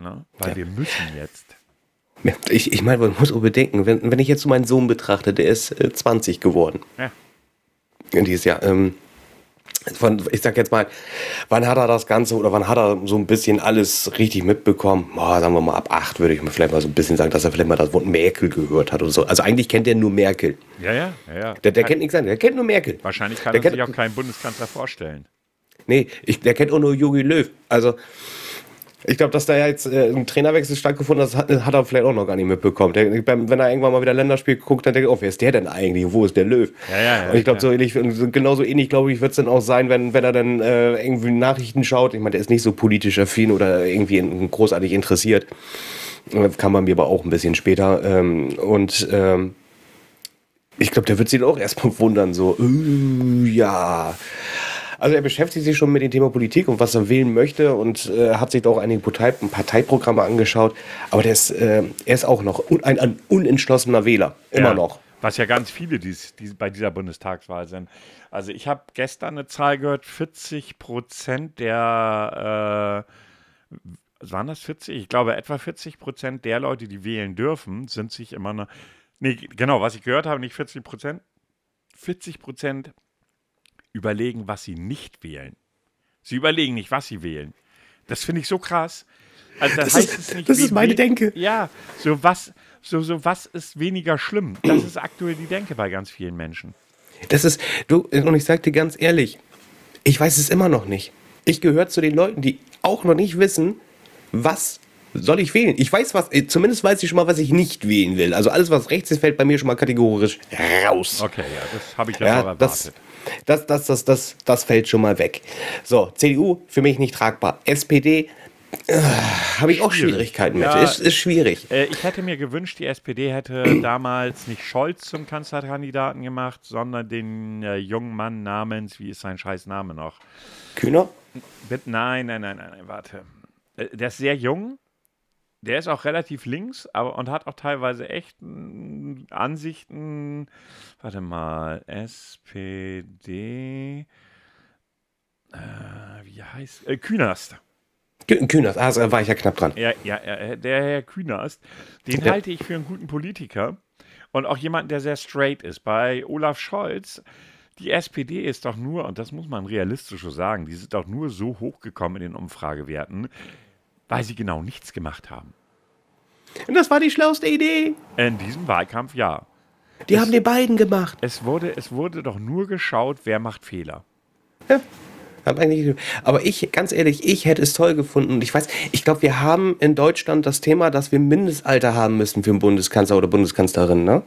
Ne? Weil ja. wir müssen jetzt. Ich, ich meine, man muss auch bedenken, wenn, wenn ich jetzt so meinen Sohn betrachte, der ist äh, zwanzig geworden. Ja. In dieses Jahr. Ähm, von, ich sag jetzt mal, wann hat er das Ganze oder wann hat er so ein bisschen alles richtig mitbekommen? Oh, sagen wir mal, ab acht würde ich mal vielleicht mal so ein bisschen sagen, dass er vielleicht mal das Wort Merkel gehört hat oder so. Also eigentlich kennt er nur Merkel. Ja, ja, ja. ja. Der, der kennt nichts anderes, der kennt nur Merkel. Wahrscheinlich kann der er kennt, sich auch keinen Bundeskanzler vorstellen. Nee, ich, der kennt auch nur Jogi Löw. Also ich glaube, dass da ja jetzt äh, ein Trainerwechsel stattgefunden hat, hat, hat er vielleicht auch noch gar nicht mitbekommen. Der, wenn er irgendwann mal wieder Länderspiel guckt, dann denkt er, oh, wer ist der denn eigentlich? Wo ist der Löw? Ja, ja, ja, und ich glaube, ja. so ähnlich, genauso ähnlich, glaube ich, wird es dann auch sein, wenn, wenn er dann äh, irgendwie Nachrichten schaut. Ich meine, der ist nicht so politisch affin oder irgendwie in, großartig interessiert. Kann man mir aber auch ein bisschen später. Ähm, und ähm, ich glaube, der wird sich dann auch erstmal wundern, so, uh, ja... Also er beschäftigt sich schon mit dem Thema Politik und was er wählen möchte und äh, hat sich da auch einige Partei Parteiprogramme angeschaut. Aber der ist, äh, er ist auch noch un ein, ein unentschlossener Wähler, immer ja, noch. Was ja ganz viele dies, dies, bei dieser Bundestagswahl sind. Also ich habe gestern eine Zahl gehört, vierzig Prozent der, äh, was waren das vierzig? Ich glaube etwa vierzig Prozent der Leute, die wählen dürfen, sind sich immer noch, nee, genau, was ich gehört habe, nicht vierzig Prozent, vierzig Prozent überlegen, was sie nicht wählen. Sie überlegen nicht, was sie wählen. Das finde ich so krass. Also das, das heißt ist, es nicht. Das ist meine Denke. Ja, so was, so, so was ist weniger schlimm. Das ist aktuell die Denke bei ganz vielen Menschen. Das ist, du, und ich sag dir ganz ehrlich, ich weiß es immer noch nicht. Ich gehöre zu den Leuten, die auch noch nicht wissen, was soll ich wählen. Ich weiß was, zumindest weiß ich schon mal, was ich nicht wählen will. Also alles, was rechts ist, fällt bei mir schon mal kategorisch raus. Okay, ja, das habe ich ja, ja noch erwartet. Das, Das, das, das, das, das fällt schon mal weg. So, C D U, für mich nicht tragbar. S P D, äh, habe ich auch Schwierigkeiten mit. Ja, ist, ist schwierig. Äh, ich hätte mir gewünscht, die S P D hätte damals nicht Scholz zum Kanzlerkandidaten gemacht, sondern den äh, jungen Mann namens, wie ist sein scheiß Name noch? Kühner? Bitte, nein, nein, nein, nein, warte. Äh, der ist sehr jung. Der ist auch relativ links, aber und hat auch teilweise echt m, Ansichten. Warte mal, S P D. Äh, wie heißt? Äh, Künast. Künast, ah, da war ich ja knapp dran. Ja, ja, ja, der Herr Künast, den Ja. halte ich für einen guten Politiker und auch jemanden, der sehr straight ist. Bei Olaf Scholz, die S P D ist doch nur, und das muss man realistisch so sagen, die sind doch nur so hochgekommen in den Umfragewerten, weil sie genau nichts gemacht haben. Und das war die schlauste Idee. In diesem Wahlkampf, ja. Die es, haben den beiden gemacht. Es wurde, es wurde doch nur geschaut, wer macht Fehler. Ja. Aber ich, ganz ehrlich, ich hätte es toll gefunden. Und ich weiß, ich glaube, wir haben in Deutschland das Thema, dass wir Mindestalter haben müssen für einen Bundeskanzler oder Bundeskanzlerin, ne?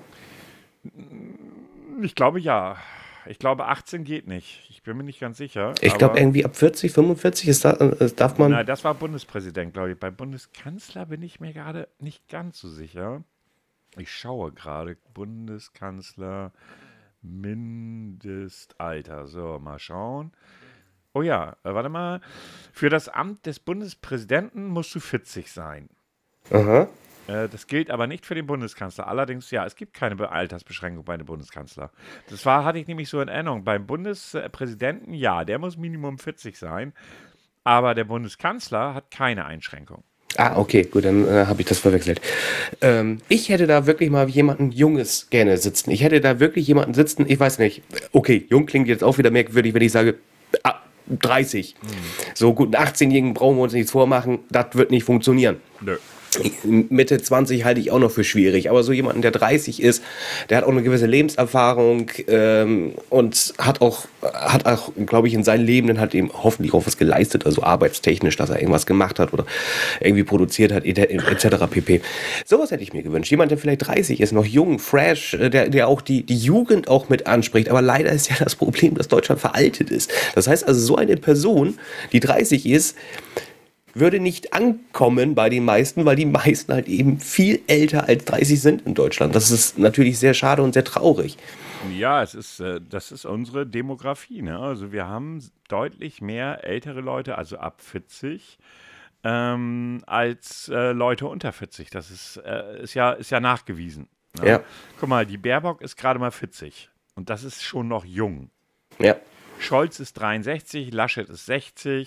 Ich glaube, ja. Ich glaube, achtzehn geht nicht. Ich bin mir nicht ganz sicher. Ich glaube, irgendwie ab vierzig, fünfundvierzig ist da, ist, darf man... Nein, das war Bundespräsident, glaube ich. Beim Bundeskanzler bin ich mir gerade nicht ganz so sicher. Ich schaue gerade. Bundeskanzler Mindestalter. So, mal schauen. Oh ja, äh, warte mal. Für das Amt des Bundespräsidenten musst du vierzig sein. Aha. Äh, das gilt aber nicht für den Bundeskanzler. Allerdings, ja, es gibt keine Be- Altersbeschränkung bei dem Bundeskanzler. Das war, hatte ich nämlich so in Erinnerung. Beim Bundespräsidenten, ja, der muss Minimum vierzig sein. Aber der Bundeskanzler hat keine Einschränkung. Ah, okay, gut, dann äh, habe ich das verwechselt. Ähm, ich hätte da wirklich mal jemanden Junges gerne sitzen. Ich hätte da wirklich jemanden sitzen, ich weiß nicht. Okay, jung klingt jetzt auch wieder merkwürdig, wenn ich sage, ah, dreißig. Hm. So gut, einen achtzehnjährigen brauchen wir uns nichts vormachen, das wird nicht funktionieren. Nö. Mitte zwanzig halte ich auch noch für schwierig, aber so jemanden, der dreißig ist, der hat auch eine gewisse Lebenserfahrung ähm, und hat auch, hat auch, glaube ich, in seinem Leben dann hat ihm hoffentlich auch was geleistet, also arbeitstechnisch, dass er irgendwas gemacht hat oder irgendwie produziert hat, et cetera pp. Sowas hätte ich mir gewünscht. Jemand, der vielleicht dreißig ist, noch jung, fresh, der, der auch die, die Jugend auch mit anspricht, aber leider ist ja das Problem, dass Deutschland veraltet ist. Das heißt also, so eine Person, die dreißig ist, würde nicht ankommen bei den meisten, weil die meisten halt eben viel älter als dreißig sind in Deutschland. Das ist natürlich sehr schade und sehr traurig. Ja, es ist, äh, das ist unsere Demografie. Ne? Also wir haben deutlich mehr ältere Leute, also ab vierzig, ähm, als äh, Leute unter vierzig. Das ist, äh, ist, ja, ist ja nachgewiesen. Ne? Ja. Guck mal, die Baerbock ist gerade mal vierzig und das ist schon noch jung. Ja. Scholz ist dreiundsechzig, Laschet ist sechzig.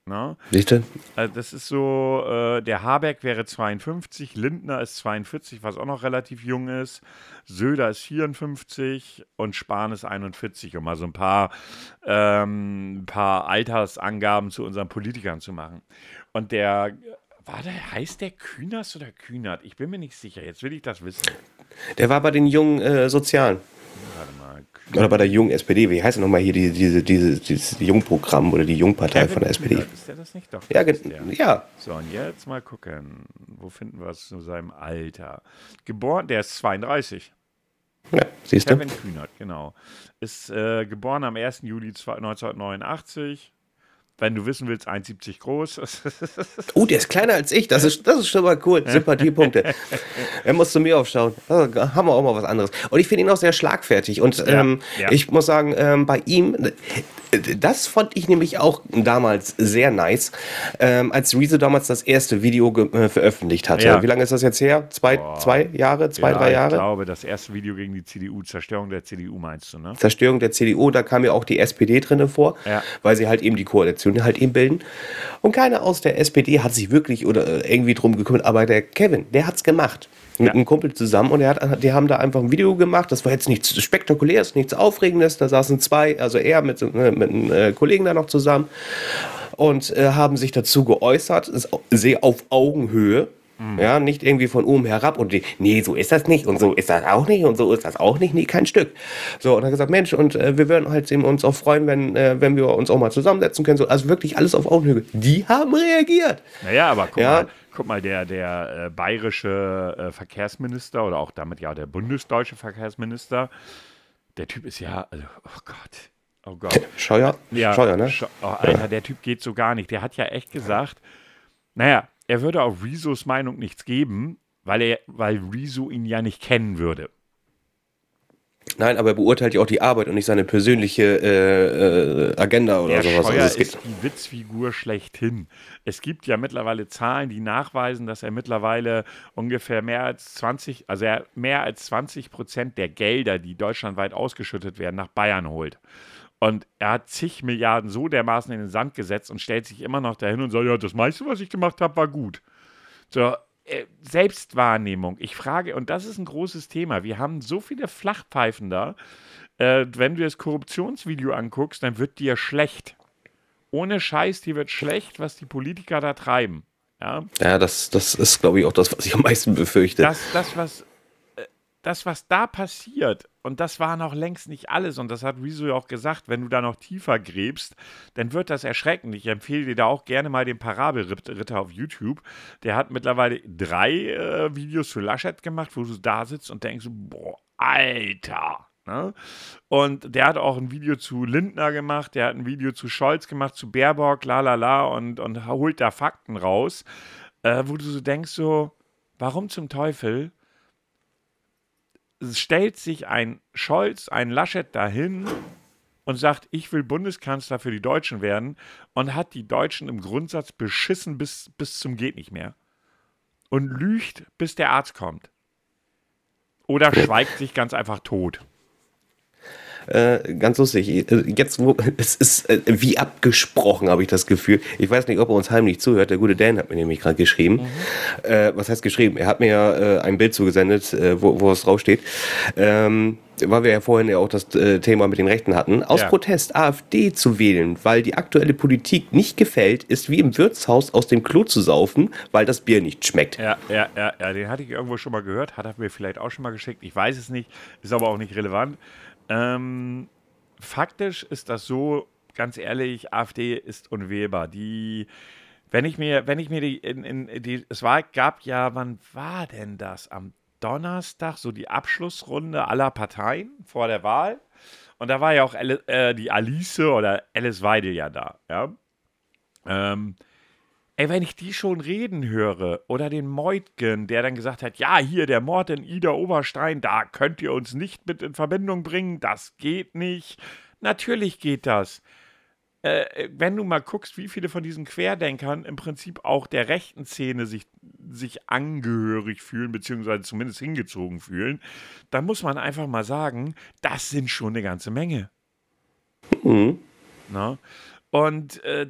Ne? Siehst du? Also das ist so, äh, der Habeck wäre zweiundfünfzig, Lindner ist zweiundvierzig, was auch noch relativ jung ist, Söder ist vierundfünfzig und Spahn ist einundvierzig, um mal so ein paar, ähm, ein paar Altersangaben zu unseren Politikern zu machen. Und der, war der, heißt der Künast oder Kühnert? Ich bin mir nicht sicher, jetzt will ich das wissen. Der war bei den jungen äh, Sozialen. Warte mal. Oder bei der jungen S P D. Wie heißt denn nochmal hier diese, diese, diese, dieses Jungprogramm oder die Jungpartei Kevin von der S P D? Kühnert, ist der das nicht? Doch, Ja, das ist ge- der. ja. So, und jetzt mal gucken. Wo finden wir es zu seinem Alter? Geboren, der ist zweiunddreißig. Ja, siehst du? Kevin Kühnert, genau. Ist äh, geboren am ersten Juli neunzehnhundertneunundachtzig. Wenn du wissen willst, eins Komma siebzig groß. Oh, der ist kleiner als ich. Das ist, das ist schon mal cool. Sympathiepunkte. Er muss zu mir aufschauen. Da haben wir auch mal was anderes. Und ich finde ihn auch sehr schlagfertig. Und ähm, ja. ich muss sagen, ähm, bei ihm, das fand ich nämlich auch damals sehr nice, ähm, als Rezo damals das erste Video ge- äh, veröffentlicht hatte. Ja. Wie lange ist das jetzt her? Zwei, zwei Jahre? Zwei, ja, drei Jahre? Ich glaube, das erste Video gegen die C D U, Zerstörung der C D U meinst du, ne? Zerstörung der C D U, da kam ja auch die S P D drinne vor, Ja. weil sie halt eben die Koalition halt eben bilden. Und keiner aus der S P D hat sich wirklich oder äh, irgendwie drum gekümmert, aber der Kevin, der hat's gemacht. Mit Ja. einem Kumpel zusammen und er hat, die haben da einfach ein Video gemacht. Das war jetzt nichts Spektakuläres, nichts Aufregendes. Da saßen zwei, also er mit, äh, mit einem äh, Kollegen da noch zusammen und äh, haben sich dazu geäußert, ist sehr auf Augenhöhe. Mhm. Ja, nicht irgendwie von oben herab und die, nee, so ist das nicht und so ist das auch nicht und so ist das auch nicht, nee, kein Stück. So, und er hat gesagt, Mensch, und äh, wir würden halt eben uns auch freuen, wenn, äh, wenn wir uns auch mal zusammensetzen können. So, also wirklich alles auf Augenhöhe. Die haben reagiert. Naja, aber guck Ja. mal, guck mal, der, der äh, bayerische äh, Verkehrsminister oder auch damit ja der bundesdeutsche Verkehrsminister, der Typ ist ja, also, oh Gott, oh Gott. Scheuer? Ja, Scheuer, ne? Sch- oh, Alter, der Typ geht so gar nicht. Der hat ja echt gesagt, naja, er würde auf Rezos Meinung nichts geben, weil er, weil Rezo ihn ja nicht kennen würde. Nein, aber er beurteilt ja auch die Arbeit und nicht seine persönliche äh, äh, Agenda oder Der sowas. Scheuer Also es ist geht, die Witzfigur schlechthin. Es gibt ja mittlerweile Zahlen, die nachweisen, dass er mittlerweile ungefähr mehr als zwanzig, also er mehr als zwanzig Prozent der Gelder, die deutschlandweit ausgeschüttet werden, nach Bayern holt. Und er hat zig Milliarden so dermaßen in den Sand gesetzt und stellt sich immer noch dahin und sagt, ja, das meiste, was ich gemacht habe, war gut. So, äh, Selbstwahrnehmung. Ich frage, und das ist ein großes Thema, wir haben so viele Flachpfeifen da, äh, wenn du das Korruptionsvideo anguckst, dann wird dir schlecht. Ohne Scheiß, dir wird schlecht, was die Politiker da treiben. Ja, ja, das, das ist, glaube ich, auch das, was ich am meisten befürchte. das, das, was, äh, das, was da passiert, und das war noch längst nicht alles, und das hat Rezo ja auch gesagt, wenn du da noch tiefer gräbst, dann wird das erschreckend. Ich empfehle dir da auch gerne mal den Parabelritter auf YouTube. Der hat mittlerweile drei äh, Videos zu Laschet gemacht, wo du da sitzt und denkst, boah, Alter. Ne? Und der hat auch ein Video zu Lindner gemacht, der hat ein Video zu Scholz gemacht, zu Baerbock, la la la, und, und holt da Fakten raus, äh, wo du so denkst, so, warum zum Teufel stellt sich ein Scholz, ein Laschet dahin und sagt, ich will Bundeskanzler für die Deutschen werden und hat die Deutschen im Grundsatz beschissen bis, bis zum geht nicht mehr. Und lügt, bis der Arzt kommt. Oder schweigt sich ganz einfach tot. Äh, ganz lustig. Jetzt, wo, es ist äh, wie abgesprochen, habe ich das Gefühl. Ich weiß nicht, ob er uns heimlich zuhört. Der gute Dan hat mir nämlich gerade geschrieben. Mhm. Äh, was heißt geschrieben? Er hat mir äh, ein Bild zugesendet, äh, wo, wo es draufsteht. Ähm, weil wir ja vorhin ja auch das äh, Thema mit den Rechten hatten. Aus Ja. Protest AfD zu wählen, weil die aktuelle Politik nicht gefällt, ist wie im Wirtshaus aus dem Klo zu saufen, weil das Bier nicht schmeckt. Ja, ja, ja, ja, den hatte ich irgendwo schon mal gehört. Hat er mir vielleicht auch schon mal geschickt. Ich weiß es nicht. Ist aber auch nicht relevant. Ähm, faktisch ist das so, ganz ehrlich, AfD ist unwählbar. Die, wenn ich mir, wenn ich mir die, in, in, die, es war, gab ja, wann war denn das? Am Donnerstag, so die Abschlussrunde aller Parteien vor der Wahl. Und da war ja auch Ali, äh, die Alice oder Alice Weidel ja da, ja. Ähm, Ey, wenn ich die schon reden höre, oder den Meutgen, der dann gesagt hat, ja, hier der Mord in Ida Oberstein, da könnt ihr uns nicht mit in Verbindung bringen, das geht nicht. Natürlich geht das. Äh, wenn du mal guckst, wie viele von diesen Querdenkern im Prinzip auch der rechten Szene sich, sich angehörig fühlen, beziehungsweise zumindest hingezogen fühlen, dann muss man einfach mal sagen, das sind schon eine ganze Menge. Mhm. Na? Und äh,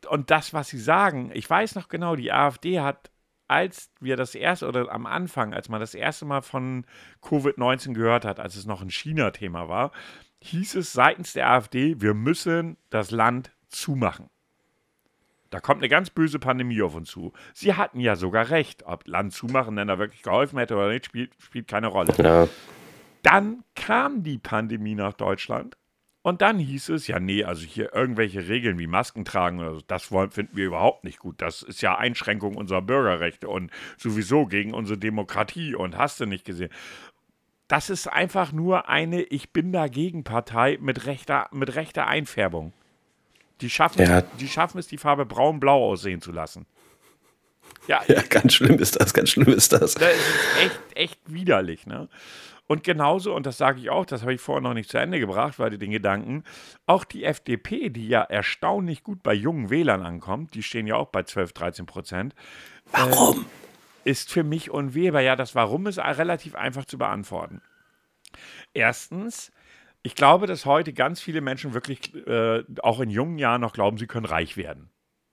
und das, was sie sagen, ich weiß noch genau, die AfD hat, als wir das erste, oder am Anfang, als man das erste Mal von Covid neunzehn gehört hat, als es noch ein China-Thema war, hieß es seitens der AfD, wir müssen das Land zumachen. Da kommt eine ganz böse Pandemie auf uns zu. Sie hatten ja sogar recht. Ob Land zumachen denn da wirklich geholfen hätte oder nicht, spielt, spielt keine Rolle. Ja. Dann kam die Pandemie nach Deutschland und dann hieß es, ja nee, also hier irgendwelche Regeln wie Masken tragen, oder so, das wollen, finden wir überhaupt nicht gut. Das ist ja Einschränkung unserer Bürgerrechte und sowieso gegen unsere Demokratie und hast du nicht gesehen. Das ist einfach nur eine Ich bin dagegen Partei mit rechter, mit rechter Einfärbung. Die schaffen, Ja. es, die schaffen es, die Farbe braun-blau aussehen zu lassen. Ja, Ja, ganz schlimm ist das, ganz schlimm ist das. Das ist echt, echt widerlich, ne? Und genauso, und das sage ich auch, das habe ich vorher noch nicht zu Ende gebracht, weil den Gedanken, auch die F D P, die ja erstaunlich gut bei jungen Wählern ankommt, die stehen ja auch bei zwölf, dreizehn Prozent. Warum? Äh, ist für mich unwählbar. Ja, das Warum ist relativ einfach zu beantworten. Erstens, ich glaube, dass heute ganz viele Menschen wirklich äh, auch in jungen Jahren noch glauben, sie können reich werden.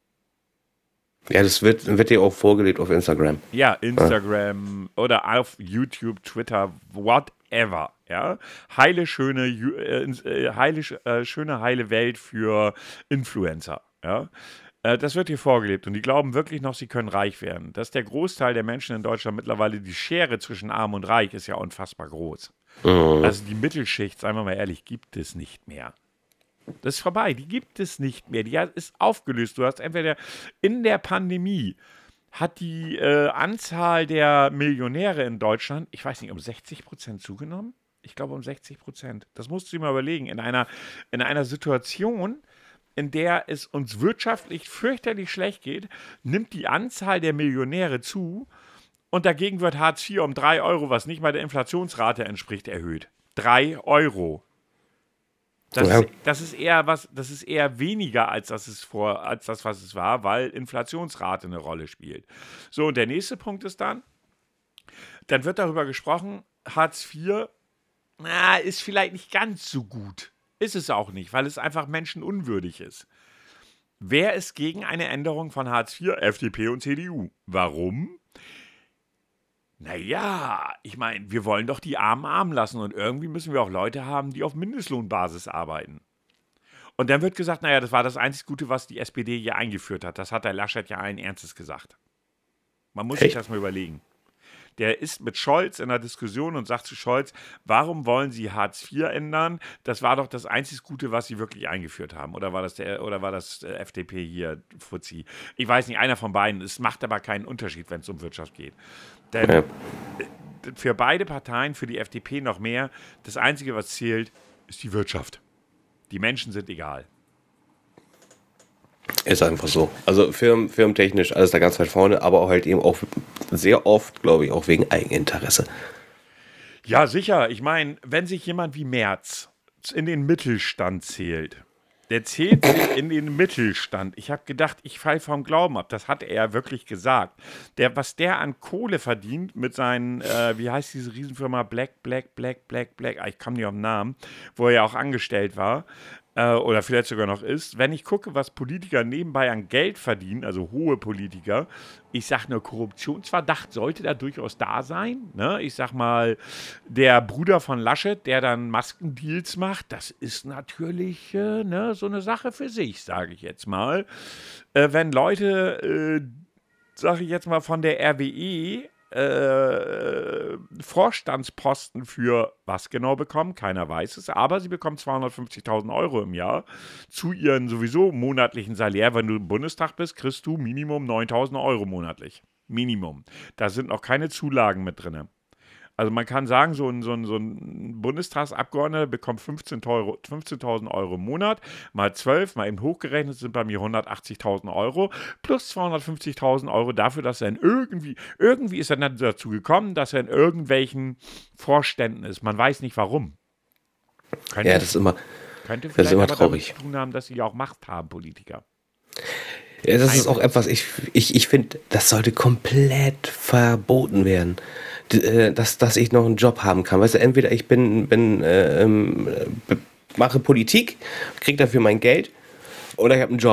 Ja, das wird, wird dir auch vorgelebt auf Instagram. Ja, Instagram ja. oder auf YouTube, Twitter, whatever. Ja, heile schöne, äh, heile, äh, schöne heile Welt für Influencer. Ja, äh, das wird hier vorgelebt und die glauben wirklich noch, sie können reich werden. Dass der Großteil der Menschen in Deutschland mittlerweile die Schere zwischen Arm und Reich ist ja unfassbar groß. Mhm. Also die Mittelschicht, seien wir mal ehrlich, gibt es nicht mehr. Das ist vorbei, die gibt es nicht mehr, die ist aufgelöst. Du hast entweder in der Pandemie hat die äh, Anzahl der Millionäre in Deutschland, ich weiß nicht, um sechzig Prozent zugenommen? Ich glaube um sechzig Prozent. Das musst du dir mal überlegen. In einer, in einer Situation, in der es uns wirtschaftlich fürchterlich schlecht geht, nimmt die Anzahl der Millionäre zu und dagegen wird Hartz vier um drei Euro, was nicht mal der Inflationsrate entspricht, erhöht. drei Euro. Das, ja. ist, das, ist eher was, das ist eher weniger als das, ist vor, als das, was es war, weil Inflationsrate eine Rolle spielt. So, und der nächste Punkt ist dann, dann wird darüber gesprochen, Hartz vier na, ist vielleicht nicht ganz so gut. Ist es auch nicht, weil es einfach menschenunwürdig ist. Wer ist gegen eine Änderung von Hartz vier? F D P und C D U. Warum? Naja, ich meine, wir wollen doch die Armen arm lassen und irgendwie müssen wir auch Leute haben, die auf Mindestlohnbasis arbeiten. Und dann wird gesagt, naja, das war das einzig Gute, was die S P D hier eingeführt hat. Das hat der Laschet ja allen Ernstes gesagt. Man muss Echt? sich das mal überlegen. Der ist mit Scholz in der Diskussion und sagt zu Scholz, warum wollen Sie Hartz vier ändern? Das war doch das einzig Gute, was Sie wirklich eingeführt haben. Oder war das der, oder war das äh, F D P hier, Fuzzi? Ich weiß nicht, einer von beiden. Es macht aber keinen Unterschied, wenn es um Wirtschaft geht. Denn ja. für beide Parteien, für die F D P noch mehr, das Einzige, was zählt, ist die Wirtschaft. Die Menschen sind egal. Ist einfach so. Also firm, firmentechnisch alles da ganz weit vorne, aber auch halt eben auch sehr oft, glaube ich, auch wegen Eigeninteresse. Ja, sicher. Ich meine, wenn sich jemand wie Merz in den Mittelstand zählt, der zählt sich in den Mittelstand. Ich habe gedacht, ich falle vom Glauben ab. Das hat er wirklich gesagt. Der, was der an Kohle verdient mit seinen, äh, wie heißt diese Riesenfirma, Black, Black, Black, Black, Black, ich komme nicht auf den Namen, wo er ja auch angestellt war, äh, oder vielleicht sogar noch ist. Wenn ich gucke, was Politiker nebenbei an Geld verdienen, also hohe Politiker, ich sage nur, Korruptionsverdacht sollte da durchaus da sein. Ne? Ich sag mal, der Bruder von Laschet, der dann Maskendeals macht, das ist natürlich äh, ne, so eine Sache für sich, sage ich jetzt mal. Äh, wenn Leute, äh, sage ich jetzt mal, von der R W E äh, Vorstandsposten für was genau bekommen, keiner weiß es, aber sie bekommen zweihundertfünfzigtausend Euro im Jahr zu ihren sowieso monatlichen Salär. Wenn du im Bundestag bist, kriegst du Minimum neuntausend Euro monatlich. Minimum. Da sind noch keine Zulagen mit drin. Also man kann sagen, so ein, so ein, so ein Bundestagsabgeordneter bekommt fünfzehntausend Euro im Monat, mal zwölf, mal eben hochgerechnet sind bei mir hundertachtzigtausend Euro, plus zweihundertfünfzigtausend Euro dafür, dass er in irgendwie, irgendwie ist er dann dazu gekommen, dass er in irgendwelchen Vorständen ist. Man weiß nicht warum. Könnte, ja, das ist immer, könnte das ist immer traurig. Damit zu tun haben, dass sie ja auch Macht haben, Politiker. Ja, das ist auch etwas, ich, ich, ich finde, das sollte komplett verboten werden. Dass, dass ich noch einen Job haben kann. Weißt du, entweder ich bin, bin äh, ähm, mache Politik, kriege dafür mein Geld, oder ich habe einen Job.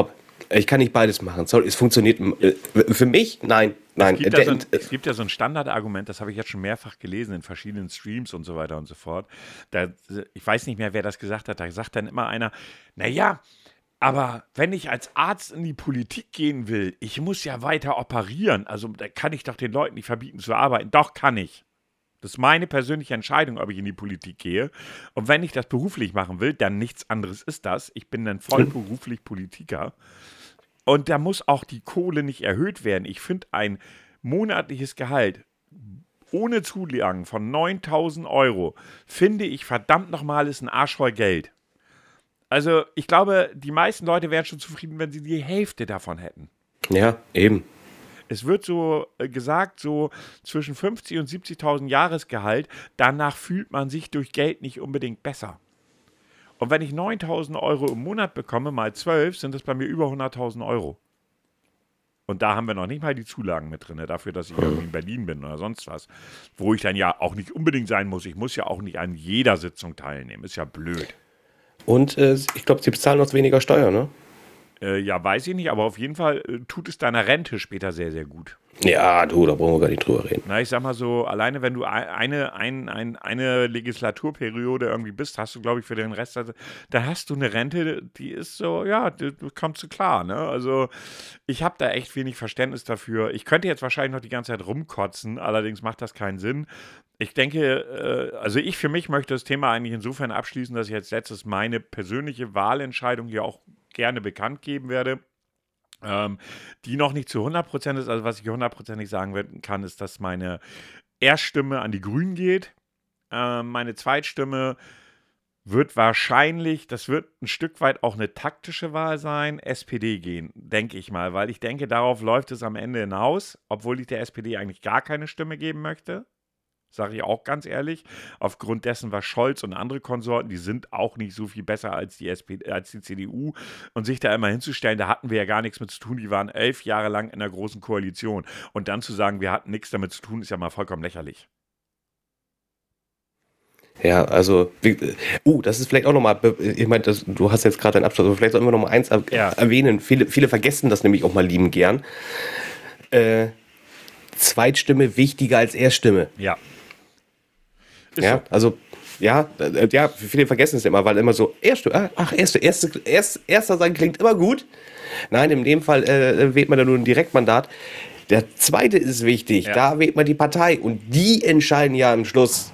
Ich kann nicht beides machen. Sorry, es funktioniert äh, für mich, nein, nein. Es gibt, ja so ein, es gibt ja so ein Standardargument, das habe ich jetzt schon mehrfach gelesen in verschiedenen Streams und so weiter und so fort. Da, ich weiß nicht mehr, wer das gesagt hat. Da sagt dann immer einer, naja, aber wenn ich als Arzt in die Politik gehen will, ich muss ja weiter operieren. Also da kann ich doch den Leuten nicht verbieten zu arbeiten. Doch, kann ich. Das ist meine persönliche Entscheidung, ob ich in die Politik gehe. Und wenn ich das beruflich machen will, dann nichts anderes ist das. Ich bin dann vollberuflich Politiker. Und da muss auch die Kohle nicht erhöht werden. Ich finde ein monatliches Gehalt ohne Zulagen von neuntausend Euro, finde ich verdammt nochmal, ist ein Arsch voll Geld. Also ich glaube, die meisten Leute wären schon zufrieden, wenn sie die Hälfte davon hätten. Ja, eben. Es wird so äh, gesagt, so zwischen fünfzig und siebzigtausend Jahresgehalt, danach fühlt man sich durch Geld nicht unbedingt besser. Und wenn ich neuntausend Euro im Monat bekomme, mal zwölf, sind das bei mir über hunderttausend Euro. Und da haben wir noch nicht mal die Zulagen mit drin, dafür, dass ich irgendwie in Berlin bin oder sonst was. Wo ich dann ja auch nicht unbedingt sein muss. Ich muss ja auch nicht an jeder Sitzung teilnehmen. Ist ja blöd. Und äh, ich glaube, sie bezahlen noch weniger Steuer, ne? Äh, ja, weiß ich nicht, aber auf jeden Fall äh, tut es deiner Rente später sehr, sehr gut. Ja, du, da brauchen wir gar nicht drüber reden. Na, ich sag mal so, alleine wenn du eine, ein, ein, eine Legislaturperiode irgendwie bist, hast du, glaube ich, für den Rest, da hast du eine Rente, die ist so, ja, du kommst du klar, ne? Also ich habe da echt wenig Verständnis dafür. Ich könnte jetzt wahrscheinlich noch die ganze Zeit rumkotzen, allerdings macht das keinen Sinn. Ich denke, äh, also ich für mich möchte das Thema eigentlich insofern abschließen, dass ich jetzt letztes meine persönliche Wahlentscheidung hier auch gerne bekannt geben werde. Ähm, die noch nicht zu hundert Prozent ist, also was ich hundertprozentig sagen kann, ist, dass meine Erststimme an die Grünen geht. Ähm, meine Zweitstimme wird wahrscheinlich, das wird ein Stück weit auch eine taktische Wahl sein, S P D gehen, denke ich mal, weil ich denke, darauf läuft es am Ende hinaus, obwohl ich der S P D eigentlich gar keine Stimme geben möchte. Sage ich auch ganz ehrlich, aufgrund dessen, was Scholz und andere Konsorten, die sind auch nicht so viel besser als die, S P D, als die C D U. Und sich da immer hinzustellen, da hatten wir ja gar nichts mit zu tun, die waren elf Jahre lang in der großen Koalition. Und dann zu sagen, wir hatten nichts damit zu tun, ist ja mal vollkommen lächerlich. Ja, also, wie, uh, das ist vielleicht auch nochmal, ich meine, du hast jetzt gerade einen Abschluss, aber vielleicht sollten wir nochmal eins er ja. erwähnen. Viele, viele vergessen das nämlich auch mal lieben gern. Äh, Zweitstimme wichtiger als Erststimme. Ja. Ist ja, so. also, ja, äh, ja, viele vergessen es immer, weil immer so, erste, ach, erste, erste, erst, erster sein klingt immer gut. Nein, in dem Fall äh, wählt man da nur ein Direktmandat. Der zweite ist wichtig, ja. Da wählt man die Partei und die entscheiden ja am Schluss,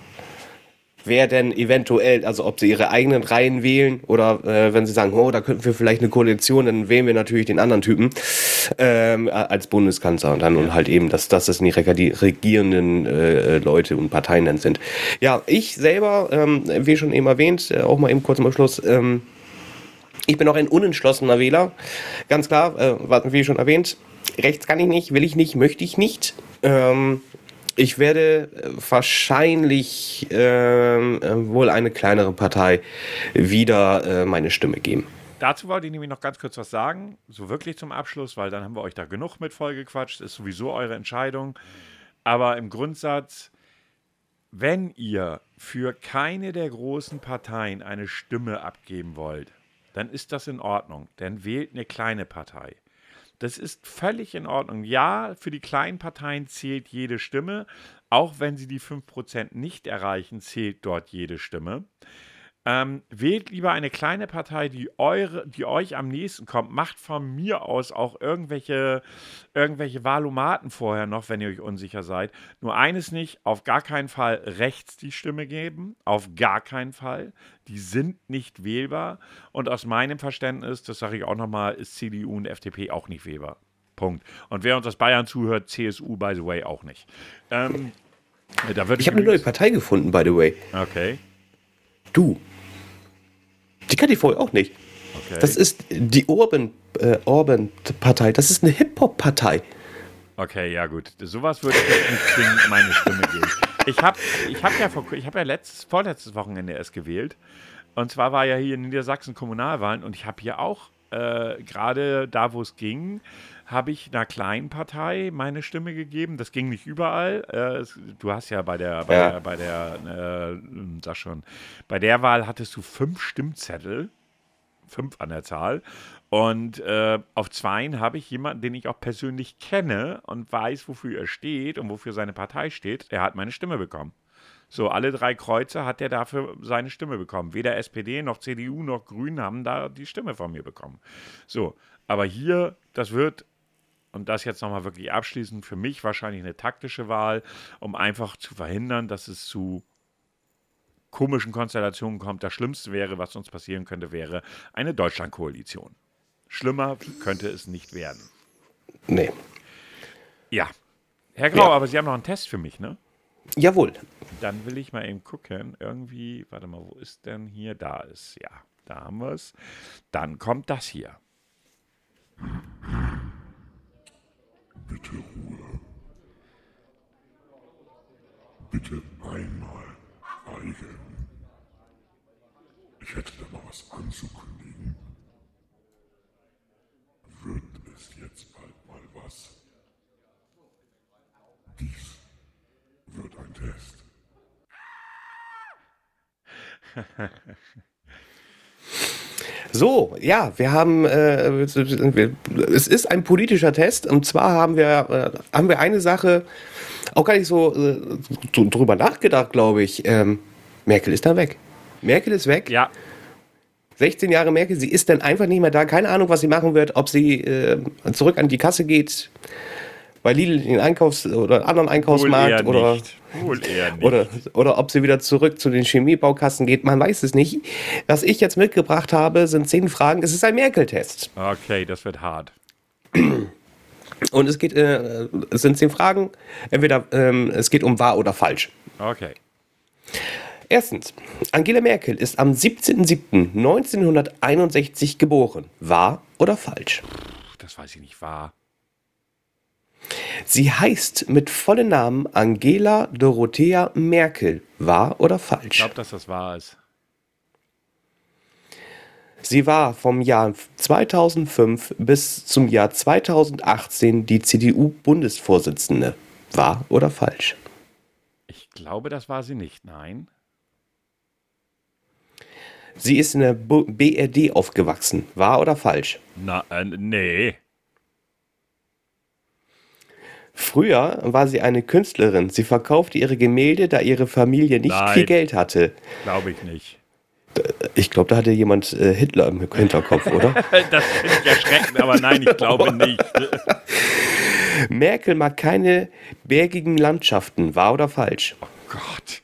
wer denn eventuell, also ob sie ihre eigenen Reihen wählen oder äh, wenn sie sagen, oh, da könnten wir vielleicht eine Koalition, dann wählen wir natürlich den anderen Typen ähm, als Bundeskanzler und dann ja. und halt eben, dass, dass das nicht die regierenden äh, Leute und Parteien dann sind. Ja, ich selber, ähm, wie schon eben erwähnt, äh, auch mal eben kurz am Schluss, ähm, ich bin auch ein unentschlossener Wähler, ganz klar, äh, wie schon erwähnt, rechts kann ich nicht, will ich nicht, möchte ich nicht, ähm, ich werde wahrscheinlich äh, wohl eine kleinere Partei wieder äh, meine Stimme geben. Dazu wollte ich nämlich noch ganz kurz was sagen, so wirklich zum Abschluss, weil dann haben wir euch da genug mit vollgequatscht, ist sowieso eure Entscheidung. Aber im Grundsatz, wenn ihr für keine der großen Parteien eine Stimme abgeben wollt, dann ist das in Ordnung, dann wählt eine kleine Partei. Das ist völlig in Ordnung. Ja, für die kleinen Parteien zählt jede Stimme. Auch wenn sie die fünf Prozent nicht erreichen, zählt dort jede Stimme. Ähm, wählt lieber eine kleine Partei, die, eure, die euch am nächsten kommt. Macht von mir aus auch irgendwelche, irgendwelche Wahlomaten vorher noch, wenn ihr euch unsicher seid. Nur eines nicht, auf gar keinen Fall rechts die Stimme geben. Auf gar keinen Fall. Die sind nicht wählbar. Und aus meinem Verständnis, das sage ich auch nochmal, ist C D U und F D P auch nicht wählbar. Punkt. Und wer uns aus Bayern zuhört, C S U, by the way, auch nicht. Ähm, da wird ich habe eine neue Partei gefunden, by the way. Okay. Du. Die kannte ich vorher auch nicht. Okay. Das ist die Urban, äh, Urban Partei. Das ist eine Hip-Hop-Partei. Okay, ja gut. Sowas würde ich jetzt nicht zwingend meine Stimme geben. Ich habe ich hab ja, vor, ich hab ja letztes, vorletztes Wochenende erst gewählt. Und zwar war ja hier in Niedersachsen Kommunalwahlen. Und ich habe hier auch, äh, gerade da, wo es ging, habe ich einer kleinen Partei meine Stimme gegeben. Das ging nicht überall. Äh, es, du hast ja bei der, bei ja. der, bei der, äh, sag schon, bei der Wahl hattest du fünf Stimmzettel. fünf an der Zahl. Und äh, auf zweien habe ich jemanden, den ich auch persönlich kenne und weiß, wofür er steht und wofür seine Partei steht. Er hat meine Stimme bekommen. So, alle drei Kreuze hat er dafür seine Stimme bekommen. Weder S P D noch C D U noch Grünen haben da die Stimme von mir bekommen. So, aber hier, das wird, und das jetzt nochmal wirklich abschließend, für mich wahrscheinlich eine taktische Wahl, um einfach zu verhindern, dass es zu komischen Konstellationen kommt. Das Schlimmste wäre, was uns passieren könnte, wäre eine Deutschlandkoalition. Schlimmer könnte es nicht werden. Nee. Ja. Herr Grau, Ja. aber Sie haben noch einen Test für mich, ne? Jawohl. Dann will ich mal eben gucken. Irgendwie, warte mal, wo ist denn hier? Da ist, ja, da haben wir es. Dann kommt das hier. Bitte Ruhe. Bitte einmal schweigen. Ich hätte da mal was anzukündigen. Wird es jetzt bald mal was? Dies wird ein Test. So, ja, wir haben, äh, es ist ein politischer Test und zwar haben wir, äh, haben wir eine Sache auch gar nicht so äh, drüber nachgedacht, glaube ich. Ähm, Merkel ist da weg. Merkel ist weg. Ja. sechzehn Jahre Merkel, sie ist dann einfach nicht mehr da. Keine Ahnung, was sie machen wird, ob sie äh, zurück an die Kasse geht, bei Lidl in den Einkaufs- oder anderen Einkaufsmarkt Wohl eher oder, nicht. Wohl eher nicht. oder, oder ob sie wieder zurück zu den Chemiebaukassen geht. Man weiß es nicht. Was ich jetzt mitgebracht habe, sind zehn Fragen. Es ist ein Merkel-Test. Okay, das wird hart. Und es geht, äh, es sind zehn Fragen. Entweder ähm, es geht um wahr oder falsch. Okay. Erstens, Angela Merkel ist am siebzehnten siebten neunzehnhunderteinundsechzig geboren. Wahr oder falsch? Puh, das weiß ich nicht, wahr. Sie heißt mit vollem Namen Angela Dorothea Merkel. Wahr oder Ich falsch? glaube, dass das wahr ist. Sie war vom Jahr zweitausendfünf bis zum Jahr zweitausendachtzehn die C D U-Bundesvorsitzende. Wahr oder falsch? Ich glaube, das war sie nicht, nein. Sie ist in der Bu- B R D aufgewachsen. Wahr oder falsch? Na, äh, nee. Früher war sie eine Künstlerin. Sie verkaufte ihre Gemälde, da ihre Familie nicht Nein. viel Geld hatte. Glaube ich nicht. Ich glaube, da hatte jemand äh, Hitler im Hinterkopf, oder? Das finde ich erschreckend, aber nein, ich glaube nicht. Merkel mag keine bergigen Landschaften. Wahr oder falsch? Oh Gott.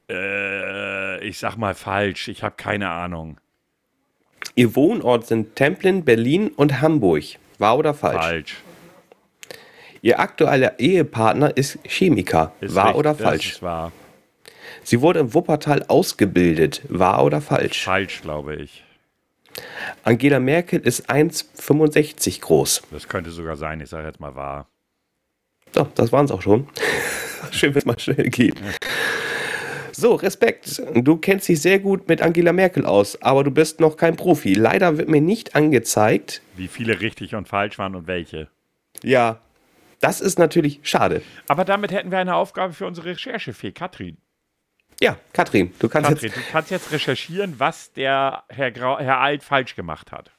Äh, ich sag mal falsch. Ich habe keine Ahnung. Ihr Wohnort sind Templin, Berlin und Hamburg. Wahr oder falsch? Falsch. Ihr aktueller Ehepartner ist Chemiker. Ist Wahr richtig, oder das falsch? ist wahr. Sie wurde in Wuppertal ausgebildet. Wahr oder falsch? Falsch, glaube ich. Angela Merkel ist eins Komma fünfundsechzig groß. Das könnte sogar sein. Ich sage jetzt mal wahr. So, das waren es auch schon. Schön, wenn es mal schnell geht. So, Respekt. Du kennst dich sehr gut mit Angela Merkel aus, aber du bist noch kein Profi. Leider wird mir nicht angezeigt. Wie viele richtig und falsch waren und welche. Ja, das ist natürlich schade. Aber damit hätten wir eine Aufgabe für unsere Recherchefee, Katrin. Ja, Katrin, du kannst Katrin, jetzt. du kannst jetzt recherchieren, was der Herr, Grau, Herr Alt falsch gemacht hat.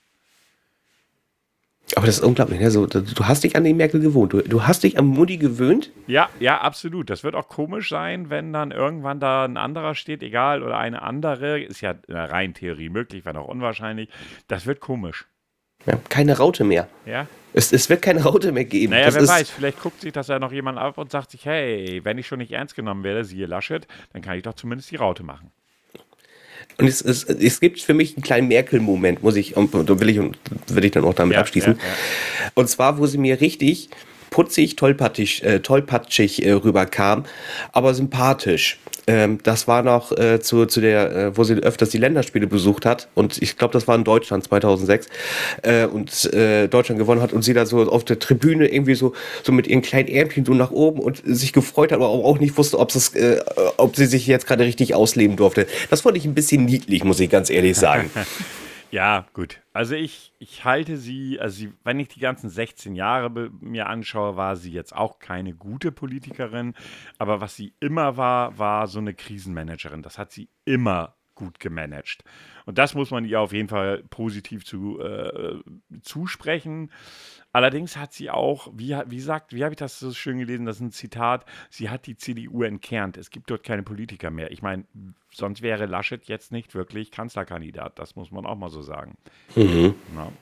Aber das ist unglaublich. Ne? So, du hast dich an die Merkel gewohnt. Du, du hast dich an Mutti gewöhnt. Ja, ja, absolut. Das wird auch komisch sein, wenn dann irgendwann da ein anderer steht, egal, oder eine andere. Ist ja in der reinen Theorie möglich, wenn auch unwahrscheinlich. Das wird komisch. Ja, keine Raute mehr. Ja? Es, es wird keine Raute mehr geben. Naja, das wer ist, weiß, vielleicht guckt sich das ja noch jemand ab und sagt sich, hey, wenn ich schon nicht ernst genommen werde, siehe Laschet, dann kann ich doch zumindest die Raute machen. Und es, es, es gibt für mich einen kleinen Merkel-Moment, muss ich, und da will ich, will ich dann auch damit Ja, abschließen. ja, ja. Und zwar, wo sie mir richtig putzig, tollpatschig, äh, tollpatschig äh, rüberkam, aber sympathisch. Ähm, das war noch äh, zu, zu der, äh, wo sie öfters die Länderspiele besucht hat. Und ich glaube, das war in Deutschland zweitausendsechs. Äh, und äh, Deutschland gewonnen hat und sie da so auf der Tribüne irgendwie so, so mit ihren kleinen Ärmchen so nach oben und sich gefreut hat, aber auch nicht wusste, ob, es, äh, ob sie sich jetzt gerade richtig ausleben durfte. Das fand ich ein bisschen niedlich, muss ich ganz ehrlich sagen. Ja, gut. Also ich, ich halte sie, also sie, wenn ich die ganzen sechzehn Jahre be- mir anschaue, war sie jetzt auch keine gute Politikerin. Aber was sie immer war, war so eine Krisenmanagerin. Das hat sie immer gut gemanagt. Und das muss man ihr auf jeden Fall positiv zu, äh, zusprechen. Allerdings hat sie auch, wie, wie sagt, wie habe ich das so schön gelesen, das ist ein Zitat, sie hat die C D U entkernt. Es gibt dort keine Politiker mehr. Ich meine, sonst wäre Laschet jetzt nicht wirklich Kanzlerkandidat. Das muss man auch mal so sagen. Mhm. Ja.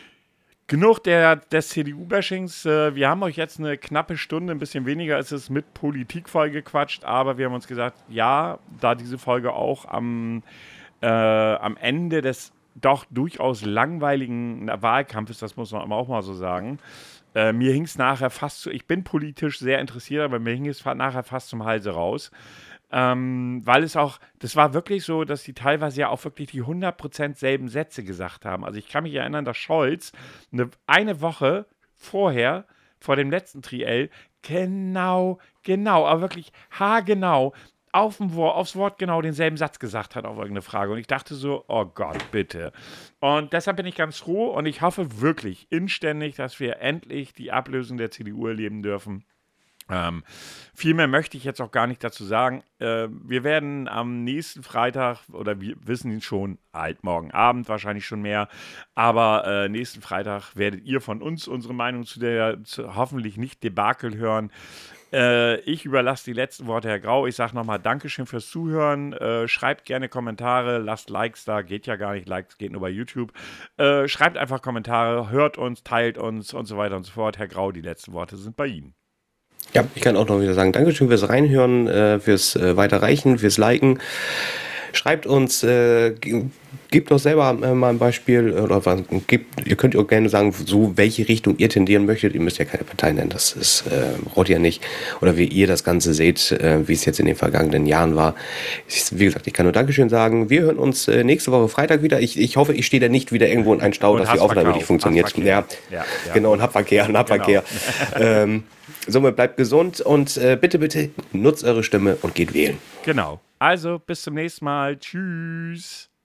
Genug der, des C D U-Bashings. Äh, wir haben euch jetzt eine knappe Stunde, ein bisschen weniger ist es, mit Politik vollgequatscht, aber wir haben uns gesagt, ja, da diese Folge auch am, äh, am Ende des doch durchaus langweiligen Wahlkampfes, das muss man auch mal so sagen, äh, mir hing es nachher fast zu, ich bin politisch sehr interessiert, aber mir hing es nachher fast zum Halse raus. Ähm, weil es auch, das war wirklich so, dass die teilweise ja auch wirklich die hundert Prozent selben Sätze gesagt haben. Also ich kann mich erinnern, dass Scholz eine, eine Woche vorher, vor dem letzten Triell, genau, genau, aber wirklich haargenau, auf dem Wort, aufs Wort genau denselben Satz gesagt hat auf irgendeine Frage. Und ich dachte so, oh Gott, bitte. Und deshalb bin ich ganz froh und ich hoffe wirklich inständig, dass wir endlich die Ablösung der C D U erleben dürfen. Ähm, viel mehr möchte ich jetzt auch gar nicht dazu sagen. Äh, wir werden am nächsten Freitag, oder wir wissen ihn schon, halt morgen Abend wahrscheinlich schon mehr, aber äh, nächsten Freitag werdet ihr von uns unsere Meinung zu der zu, hoffentlich nicht Debakel hören. Äh, ich überlasse die letzten Worte Herr Grau. Ich sage nochmal Dankeschön fürs Zuhören. Äh, schreibt gerne Kommentare, lasst Likes da, geht ja gar nicht, Likes geht nur bei YouTube. Äh, schreibt einfach Kommentare, hört uns, teilt uns und so weiter und so fort. Herr Grau, die letzten Worte sind bei Ihnen. Ja, ich kann auch noch wieder sagen, Dankeschön fürs Reinhören, äh, fürs äh, Weiterreichen, fürs Liken. Schreibt uns, äh, gebt doch selber äh, mal ein Beispiel, oder was, gebt, ihr könnt auch gerne sagen, so welche Richtung ihr tendieren möchtet. Ihr müsst ja keine Partei nennen, das ist, äh, braucht ihr nicht. Oder wie ihr das Ganze seht, äh, wie es jetzt in den vergangenen Jahren war. Ich, wie gesagt, ich kann nur Dankeschön sagen. Wir hören uns äh, nächste Woche Freitag wieder. Ich, ich hoffe, ich stehe da nicht wieder irgendwo in einen Stau, Und dass die Aufnahme nicht funktioniert. Ja, ja, ja. Genau, und Hauptverkehr, und Hauptverkehr. Genau. ähm, somit bleibt gesund und äh, bitte, bitte nutzt eure Stimme und geht wählen. Genau. Also, bis zum nächsten Mal. Tschüss.